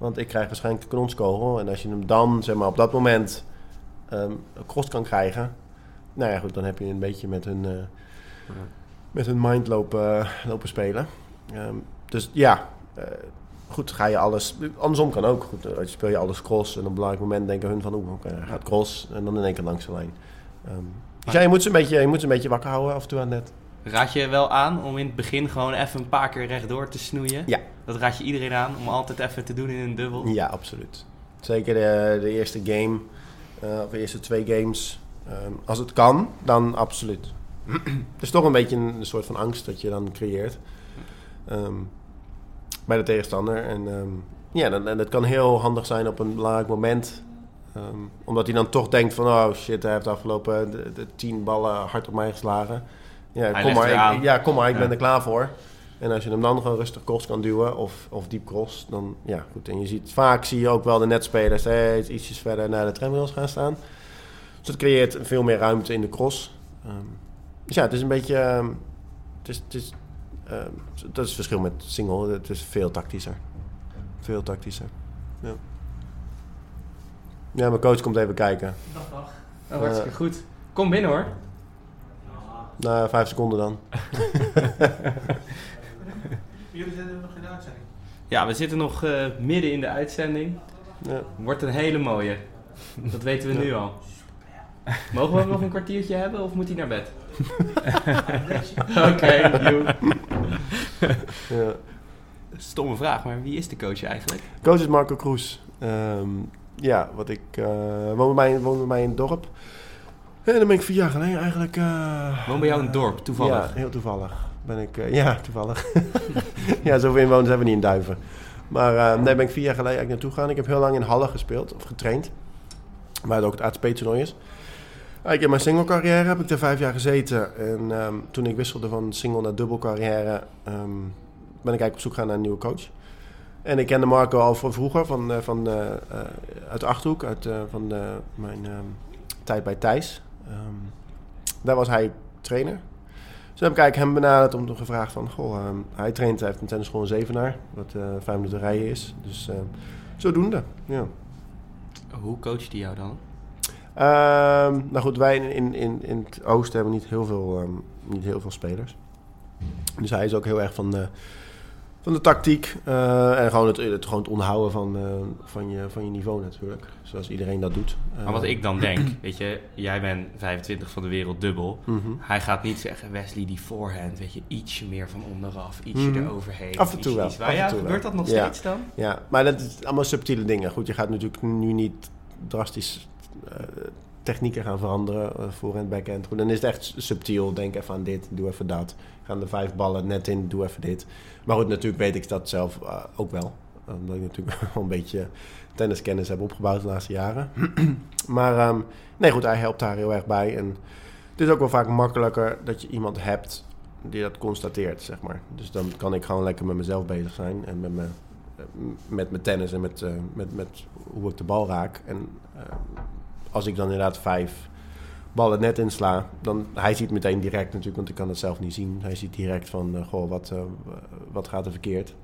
Want ik krijg waarschijnlijk de kanonskogel. En als je hem dan, zeg maar, op dat moment um, cross kan krijgen. Nou ja, goed, dan heb je een beetje met hun, uh, ja. met hun mind lopen, lopen spelen. Um, dus ja, uh, goed, ga je alles... Andersom kan ook. Goed, uh, speel je alles cross. En op een belangrijk moment denken hun van... Oeh, okay, hij gaat cross. En dan in één keer langs de lijn. Um, dus ja, je moet ze een beetje, je moet ze een beetje wakker houden af en toe aan het net. Raad je wel aan om in het begin gewoon even een paar keer rechtdoor te snoeien? Ja. Dat raad je iedereen aan om altijd even te doen in een dubbel? Ja, absoluut. Zeker de, de eerste game, uh, of de eerste twee games. Um, als het kan, dan absoluut. Het is toch een beetje een, een soort van angst dat je dan creëert. Um, bij de tegenstander. En um, ja, dan, en dat kan heel handig zijn op een belangrijk moment. Um, omdat hij dan toch denkt van... Oh shit, hij heeft de afgelopen de, de tien ballen hard op mij geslagen. Ja, kom maar, ik, ja, kom maar, ik ja. ben er klaar voor. En als je hem dan gewoon rustig cross kan duwen of, of diep cross, dan ja, goed. En je ziet, vaak zie je ook wel de netspelers hey, ietsjes verder naar de tramrails gaan staan. Dus dat creëert veel meer ruimte in de cross. Um, dus ja, het is een beetje... Um, het is, het is, um, dat is het verschil met single. Het is veel tactischer. Veel tactischer. Ja, ja mijn coach komt even kijken. Dag, dag. Oh, hartstikke uh, goed. Kom binnen hoor. Na vijf seconden dan. Jullie zitten nog in de uitzending? Ja, we zitten nog uh, midden in de uitzending. Ja. Wordt een hele mooie. Dat weten we ja. nu al. Mogen we nog een kwartiertje hebben of moet hij naar bed? Oké, okay, joe. Ja. Stomme vraag, maar wie is de coach eigenlijk? Coach is Marco Kroes. Um, ja, wat ik uh, woon, bij mij, woon bij mij in het dorp. En dan ben ik vier jaar geleden eigenlijk... Uh, woon bij jou in het dorp, toevallig? Ja, heel toevallig. Ben ik, uh, ja, toevallig. Ja, zoveel inwoners hebben we niet in Duiven. Maar uh, nee, ben ik vier jaar geleden eigenlijk naartoe gegaan. Ik heb heel lang in Halle gespeeld, of getraind. Waar het ook het A T P-toernooi is. Eigenlijk in mijn single carrière heb ik er vijf jaar gezeten. En um, toen ik wisselde van single naar dubbel carrière... Um, ben ik eigenlijk op zoek gegaan naar een nieuwe coach. En ik kende Marco al van vroeger, van, uh, van, uh, uh, uit de Achterhoek, uit uh, van uh, mijn um, tijd bij Thijs. Um, daar was hij trainer. Dus toen heb ik eigenlijk hem benaderd om te gevraagd van... Goh, um, hij traint, hij heeft een tennisschool in Zevenaar, wat uh, vijf minuten rijden is. Dus uh, zodoende, ja. Hoe coacht hij jou dan? Um, nou goed, wij in, in, in het oosten hebben niet heel veel, um, niet heel veel spelers. Dus hij is ook heel erg van de, van de tactiek. Uh, en gewoon het, het, gewoon het onderhouden van, uh, van, je, van je niveau natuurlijk. Zoals iedereen dat doet. Uh, maar wat ik dan denk, weet je, jij bent vijfentwintig van de wereld dubbel. Mm-hmm. Hij gaat niet zeggen, Wesley, die voorhand, weet je, ietsje meer van onderaf, ietsje mm-hmm. eroverheen. Af en toe wel. Iets, af ja, en toe gebeurt wel. dat nog ja. steeds dan? Ja, maar dat is allemaal subtiele dingen. Goed, je gaat natuurlijk nu niet drastisch uh, technieken gaan veranderen, uh, voorhand, backhand. Goed, dan is het echt subtiel. Denk even aan dit, doe even dat. Gaan de vijf ballen net in, doe even dit. Maar goed, natuurlijk weet ik dat zelf uh, ook wel. Omdat ik natuurlijk wel een beetje tenniskennis heb opgebouwd de laatste jaren. Maar um, nee goed, hij helpt daar heel erg bij. En het is ook wel vaak makkelijker dat je iemand hebt die dat constateert, zeg maar. Dus dan kan ik gewoon lekker met mezelf bezig zijn. En met mijn, met mijn tennis en met, uh, met, met hoe ik de bal raak. En uh, als ik dan inderdaad vijf ballen net insla, dan hij ziet meteen direct natuurlijk, want ik kan het zelf niet zien. Hij ziet direct van, uh, goh, wat, uh, wat gaat er verkeerd?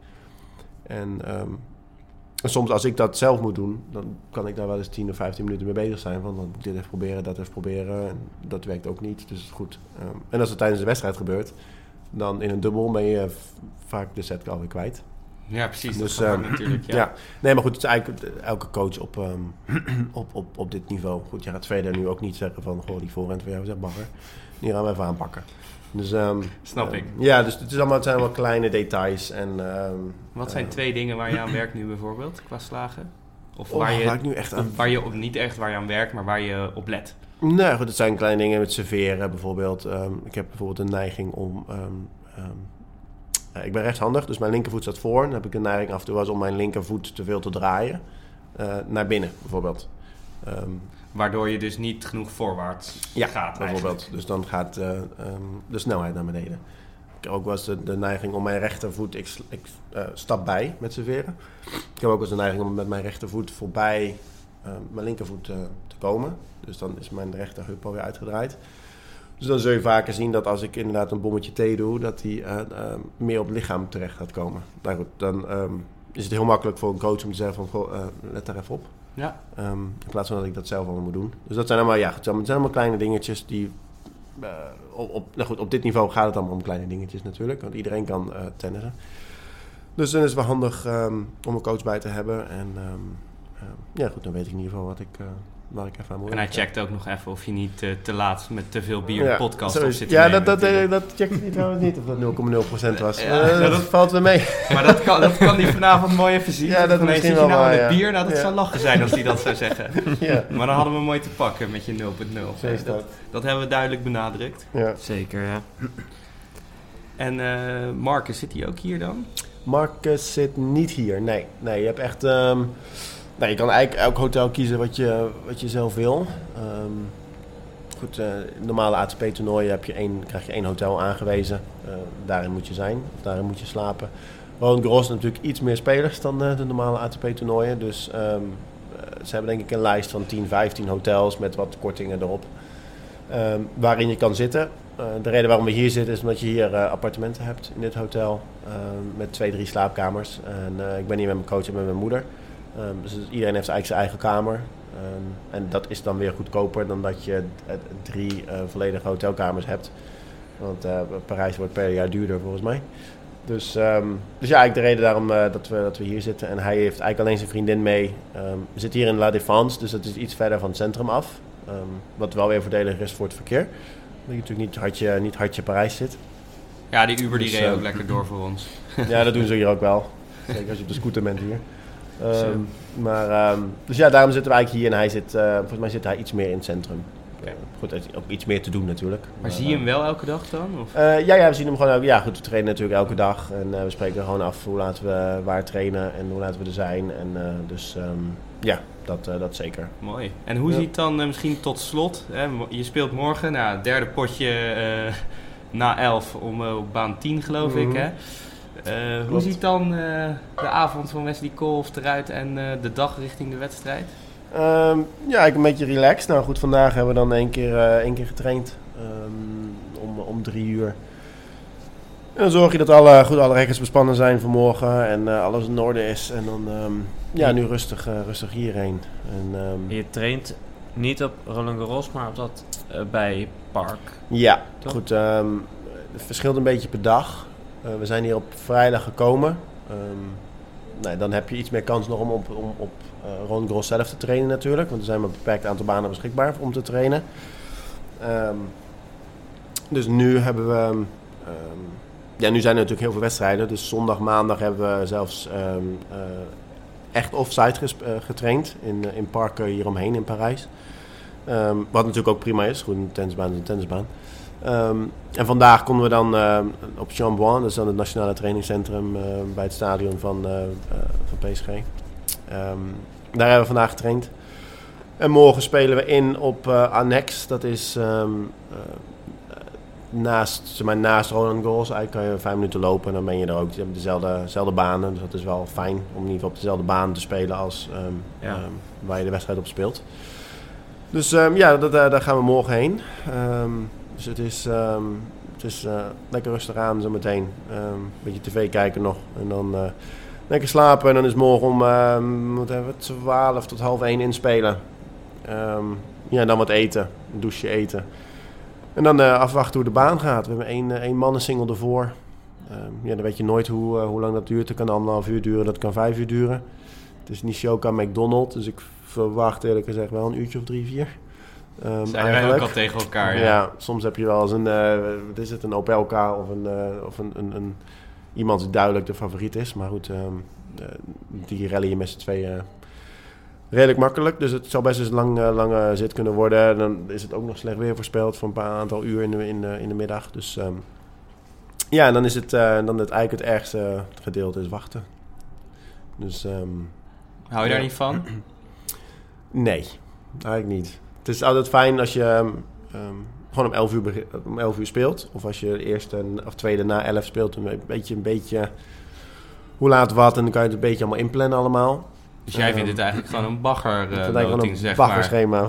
En, um, en soms als ik dat zelf moet doen, dan kan ik daar wel eens tien of vijftien minuten mee bezig zijn. Van dan moet ik dit even proberen, dat even proberen. En dat werkt ook niet, dus goed. Um, en als het tijdens de wedstrijd gebeurt, dan in een dubbel ben je v- vaak de set alweer kwijt. Ja, precies. Dus, dat um, natuurlijk. Ja. ja, nee, maar goed, het is eigenlijk elke coach op, um, op, op, op dit niveau. Goed, je gaat verder nu ook niet zeggen van, goh, die voorhand voor jou zeg bagger. Die gaan we even aanpakken. Dus, um, Snap ik. Uh, ja, dus het, is allemaal, het zijn allemaal kleine details. En, um, Wat zijn uh, twee dingen waar je aan werkt nu bijvoorbeeld, qua slagen? Of oh, waar je, waar ik nu echt aan... waar je op, niet echt waar je aan werkt, maar waar je op let? Nee, goed, het zijn kleine dingen met serveren bijvoorbeeld. Um, ik heb bijvoorbeeld een neiging om... Um, um, uh, ik ben rechtshandig, dus mijn linkervoet staat voor. Dan heb ik de neiging af en toe wel eens om mijn linkervoet te veel te draaien. Uh, naar binnen bijvoorbeeld. Um, Waardoor je dus niet genoeg voorwaarts ja, gaat bijvoorbeeld. eigenlijk. Dus dan gaat uh, um, de snelheid naar beneden. Ik heb ook wel eens de, de neiging om mijn rechtervoet... Ik, ik uh, stap bij met serveren. Ik heb ook wel eens de neiging om met mijn rechtervoet voorbij uh, mijn linkervoet uh, te komen. Dus dan is mijn rechterheup alweer uitgedraaid. Dus dan zul je vaker zien dat als ik inderdaad een bommetje thee doe... dat die uh, uh, meer op het lichaam terecht gaat komen. Nou goed, dan... Um, is het heel makkelijk voor een coach om te zeggen van, goh, uh, let daar even op. Ja. Um, in plaats van dat ik dat zelf allemaal moet doen. Dus dat zijn allemaal, ja, het zijn allemaal kleine dingetjes die... Uh, op, op, nou goed, op dit niveau gaat het allemaal om kleine dingetjes natuurlijk. Want iedereen kan uh, tennissen. Dus dan is het wel handig um, om een coach bij te hebben. En um, uh, ja goed, dan weet ik in ieder geval wat ik, uh, waar ik even aan moet. En hij checkt ook nog even of je niet uh, te laat met te veel bier ja, de podcast sorry. op zit te Ja, nemen, dat, dat, uh, dat checkt hij trouwens niet of dat nul komma nul procent was. Ja, uh, dat, dat valt weer mee. Maar dat kan, dat kan hij vanavond mooi even zien. Ja, dat Ineens misschien zit je wel nou waar, met het ja. bier. Nou, dat Ja. zou lachen zijn als hij dat zou zeggen. Ja, Maar dan hadden we hem mooi te pakken met je nul punt nul. zo is dat. Dat hebben we duidelijk benadrukt. Ja. Zeker, ja. En uh, Marcus, zit hij ook hier dan? Marcus zit niet hier, nee. Nee, je hebt echt... Um, nou, je kan eigenlijk elk hotel kiezen wat je, wat je zelf wil. Um, goed, uh, normale A T P-toernooien heb je één, krijg je één hotel aangewezen. Uh, daarin moet je zijn, of daarin moet je slapen. Roland Garros natuurlijk iets meer spelers dan uh, de normale A T P-toernooien. Dus um, uh, ze hebben denk ik een lijst van tien, vijftien hotels met wat kortingen erop. Um, waarin je kan zitten. Uh, de reden waarom we hier zitten is omdat je hier uh, appartementen hebt in dit hotel. Uh, met twee, drie slaapkamers. En uh, ik ben hier met mijn coach en met mijn moeder. Um, dus iedereen heeft eigenlijk zijn eigen kamer. Um, en dat is dan weer goedkoper dan dat je uh, drie uh, volledige hotelkamers hebt. Want uh, Parijs wordt per jaar duurder volgens mij. Dus, um, dus ja, eigenlijk de reden daarom uh, dat, we, dat we hier zitten. En hij heeft eigenlijk alleen zijn vriendin mee. Um, we zitten hier in La Défense, dus dat is iets verder van het centrum af. Um, wat wel weer voordelig is voor het verkeer. Dat je natuurlijk niet hartje, niet hartje Parijs zit. Ja, die Uber die Dus, reed uh, ook lekker door voor ons. Ja, dat doen ze hier ook wel. Zeker als je op de scooter bent hier. Um, maar, um, dus ja, daarom zitten we eigenlijk hier en hij zit, uh, volgens mij zit hij iets meer in het centrum. Okay. Uh, goed, hij heeft ook iets meer te doen natuurlijk. Maar, maar zie je hem wel elke dag dan? Of? Uh, ja, ja, we zien hem gewoon ook. Ja, goed, we trainen natuurlijk elke dag. En uh, we spreken gewoon af hoe laten we waar trainen en hoe laten we er zijn. En uh, dus um, ja, dat, uh, dat zeker. Mooi. En hoe ja. ziet dan uh, misschien tot slot, hè, je speelt morgen, nou, derde potje uh, na elf om uh, op baan tien geloof mm-hmm. ik hè. Uh, hoe ziet dan uh, de avond van Wesley Koolhof eruit en uh, de dag richting de wedstrijd? Um, ja, ik een beetje relaxed. Nou goed, vandaag hebben we dan één keer, uh, één keer getraind um, om, om drie uur. En dan zorg je dat alle, goed, alle rekkers bespannen zijn voor morgen en uh, alles in orde is. En dan um, ja, nu rustig, uh, rustig hierheen. En, um, je traint niet op Roland Garros, maar op dat uh, bij Park. Ja, toch? Goed. Um, het verschilt een beetje per dag. Uh, we zijn hier op vrijdag gekomen. Um, nou, dan heb je iets meer kans nog om op, om op uh, Roland Garros zelf te trainen natuurlijk. Want er zijn maar een beperkt aantal banen beschikbaar om te trainen. Um, dus nu hebben we... Um, ja, nu zijn er natuurlijk heel veel wedstrijden. Dus zondag, maandag hebben we zelfs um, uh, echt offside ges- uh, getraind. In, uh, in parken hieromheen in Parijs. Um, wat natuurlijk ook prima is. Goed, een tennisbaan is een tennisbaan. Um, en vandaag konden we dan uh, op Chambouin, dat is dan het nationale trainingscentrum uh, bij het stadion van, uh, uh, van P S G. Um, daar hebben we vandaag getraind. En morgen spelen we in op uh, Annex, dat is um, uh, naast, zeg maar, naast Roland Garros. Eigenlijk kan je vijf minuten lopen en dan ben je er ook. Je hebt dezelfde, dezelfde banen, dus dat is wel fijn om in ieder geval op dezelfde baan te spelen als um, Ja. um, waar je de wedstrijd op speelt. Dus um, ja, dat, uh, daar gaan we morgen heen. Um, Dus het is, um, het is uh, lekker rustig aan zo meteen. Um, een beetje tv kijken nog. En dan uh, lekker slapen. En dan is morgen om um, wat hebben we, twaalf tot half één inspelen. Um, ja, en dan wat eten. Een douche eten. En dan uh, afwachten hoe de baan gaat. We hebben één, uh, één mannensingle ervoor. Um, ja, dan weet je nooit hoe, uh, hoe lang dat duurt. Dat kan anderhalf uur duren, dat kan vijf uur duren. Het is Nishoka McDonald. Dus ik verwacht eerlijk gezegd wel een uurtje of drie, vier. Um, Zijn wij ook al tegen elkaar, ja. Ja, soms heb je wel eens een, uh, wat is het, een Opelka of, een, uh, of een, een, een, iemand die duidelijk de favoriet is. Maar goed, um, uh, die rally je met z'n tweeën uh, redelijk makkelijk. Dus het zal best eens een lang, uh, lange zit kunnen worden. Dan is het ook nog slecht weer voorspeld voor een paar aantal uur in de, in de, in de middag. Dus um, ja, en dan is het, uh, dan het eigenlijk het ergste gedeelte is wachten. Dus, um, Hou je ja. daar niet van? Nee, eigenlijk niet. Het is altijd fijn als je um, gewoon om elf uur, begin, om elf uur speelt. Of als je de eerste of tweede na elf speelt. Een beetje, een beetje hoe laat wat. En dan kan je het een beetje allemaal inplannen allemaal. Dus jij um, vindt het eigenlijk gewoon een bagger uh, loting, loting, een zeg maar. baggerschema.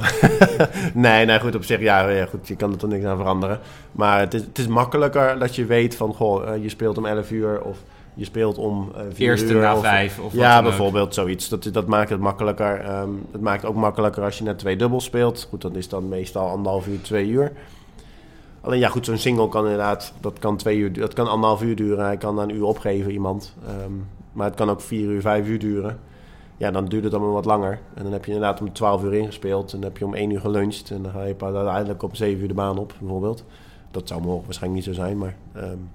nee, nee, goed, op zich, ja, ja, goed, je kan er toch niks aan veranderen. Maar het is, het is makkelijker dat je weet van, goh, uh, je speelt om elf uur. Of je speelt om uh, vier Eerste uur. na of, vijf of ja, wat dan bijvoorbeeld zoiets. Dat, dat maakt het makkelijker. Um, het maakt ook makkelijker als je net twee dubbels speelt. Goed, dat is dan meestal anderhalf uur, twee uur. Alleen ja, goed, zo'n single kan inderdaad, dat kan twee uur, dat kan anderhalf uur duren. Hij kan dan een uur opgeven, iemand. Um, maar het kan ook vier uur, vijf uur duren. Ja, dan duurt het allemaal wat langer. En dan heb je inderdaad om twaalf uur ingespeeld. En dan heb je om één uur geluncht. En dan ga je uiteindelijk om zeven uur de baan op, bijvoorbeeld. Dat zou morgen waarschijnlijk niet zo zijn, maar... Um,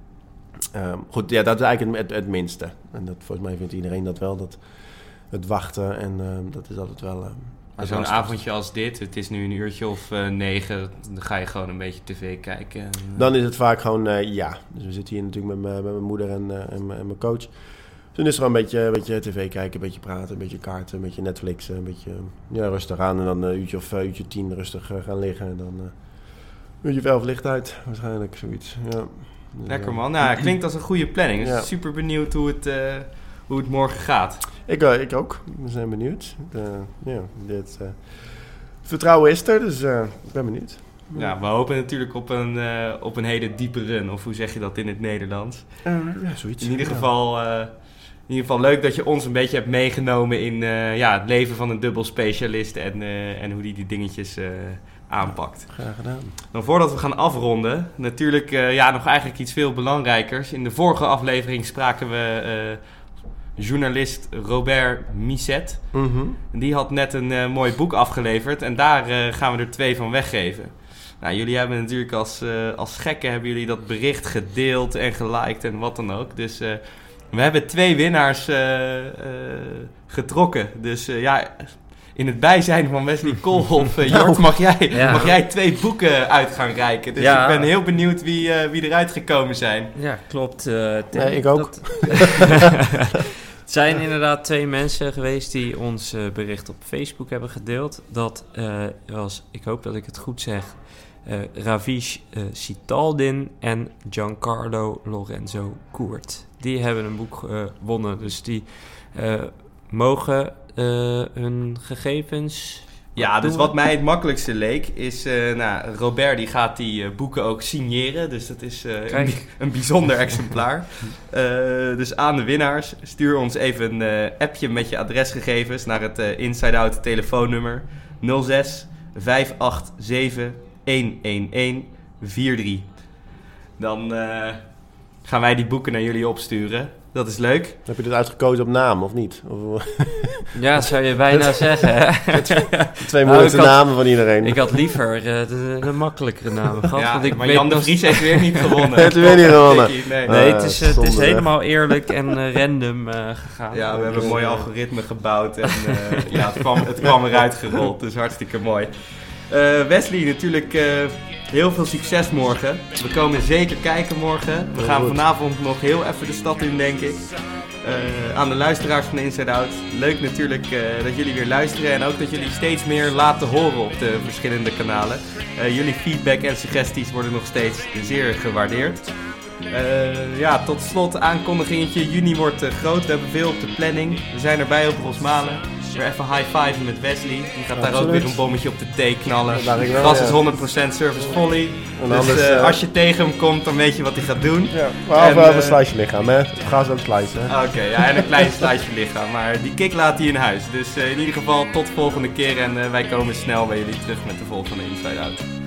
um, goed, ja, dat is eigenlijk het, het, het minste. En dat, volgens mij vindt iedereen dat wel, dat het wachten. En um, dat is altijd wel... Um, Maar zo'n avondje als dit, het is nu een uurtje of uh, negen, dan ga je gewoon een beetje tv kijken. En, uh... Dan is het vaak gewoon, uh, ja. Dus we zitten hier natuurlijk met, met mijn moeder en, uh, en, en mijn coach. Dus dan is er een beetje, een beetje tv kijken, een beetje praten, een beetje kaarten, een beetje Netflixen, een beetje ja, rustig aan. En dan een uurtje of uh, uurtje tien rustig uh, gaan liggen. En dan uh, een uurtje of elf licht uit, waarschijnlijk zoiets. Ja. Lekker man, nou, klinkt als een goede planning. Dus ja. Super benieuwd hoe het, uh, hoe het morgen gaat. Ik, uh, ik ook, we zijn benieuwd. Uh, ja, dit, uh, vertrouwen is er, dus uh, ik ben benieuwd. Ja, we hopen natuurlijk op een, uh, op een hele diepe run, of hoe zeg je dat in het Nederlands? Uh, ja, zoiets. In ieder ja. geval... Uh, In ieder geval leuk dat je ons een beetje hebt meegenomen in uh, ja, het leven van een dubbelspecialist en, uh, en hoe die die dingetjes uh, aanpakt. Graag gedaan. Dan voordat we gaan afronden, natuurlijk uh, ja, nog eigenlijk iets veel belangrijkers. In de vorige aflevering spraken we uh, journalist Robert Misset. Mm-hmm. Die had net een uh, mooi boek afgeleverd en daar uh, gaan we er twee van weggeven. Nou, jullie hebben natuurlijk als, uh, als gekken hebben jullie dat bericht gedeeld en geliked en wat dan ook. Dus... Uh, We hebben twee winnaars uh, uh, getrokken. Dus uh, ja, in het bijzijn van Wesley Koolhof, uh, Jort, mag jij, Ja. mag jij twee boeken uit gaan reiken. Dus Ja. ik ben heel benieuwd wie, uh, wie eruit gekomen zijn. Ja, klopt. Uh, Tim. Nee, ik ook. Dat... Het zijn inderdaad twee mensen geweest die ons uh, bericht op Facebook hebben gedeeld. Dat uh, was, ik hoop dat ik het goed zeg, uh, Ravish uh, Sitaldin en Giancarlo Lorenzo Koert. Die hebben een boek gewonnen, uh, dus die uh, mogen uh, hun gegevens... Ja, dus wat mij het makkelijkste leek is... Uh, nou, Robert die gaat die uh, boeken ook signeren. Dus dat is uh, een, een bijzonder exemplaar. Uh, dus aan de winnaars, stuur ons even een uh, appje met je adresgegevens... naar het uh, Inside Out telefoonnummer nul zes vijf acht zeven een een een vier drie. Dan uh, gaan wij die boeken naar jullie opsturen. Dat is leuk. Heb je dit uitgekozen op naam, of niet? Of, ja, dat zou je bijna zeggen, hè? Twee moeilijkste nou, had, namen van iedereen. Ik had liever uh, de, de makkelijkere namen gehad. Ja, want ik maar weet Jan de nog... Vries heeft weer niet gewonnen. heeft weer niet gewonnen. Nee, nee uh, het, is, uh, het is zonde, helemaal eerlijk en uh, random uh, gegaan. Ja, we hebben dus, een mooi uh, algoritme gebouwd en uh, ja, het kwam, het kwam eruit gerold. Dus hartstikke mooi. Uh, Wesley, natuurlijk uh, heel veel succes morgen. We komen zeker kijken morgen. We gaan vanavond nog heel even de stad in, denk ik. Uh, aan de luisteraars van de Inside Out. Leuk natuurlijk uh, dat jullie weer luisteren en ook dat jullie steeds meer laten horen op de verschillende kanalen. Uh, jullie feedback en suggesties worden nog steeds zeer gewaardeerd. Uh, ja, tot slot aankondigingetje. Juni wordt uh, groot. We hebben veel op de planning. We zijn erbij op Rosmalen. Weer even high-five met Wesley. Die gaat daar Absoluut. ook weer een bommetje op de thee knallen. Dat ik wel, Gas ja. is honderd procent service volley. En Dus anders, uh, uh, als je tegen hem komt, dan weet je wat hij gaat doen. Ja, maar En, wel uh, een slice lichaam, hè? Ga zo ook slicen. hè? Oké, okay, ja, en een klein sliceje lichaam. Maar die kick laat hij in huis. Dus uh, in ieder geval tot volgende keer. En uh, wij komen snel bij jullie terug met de volgende Inside Out.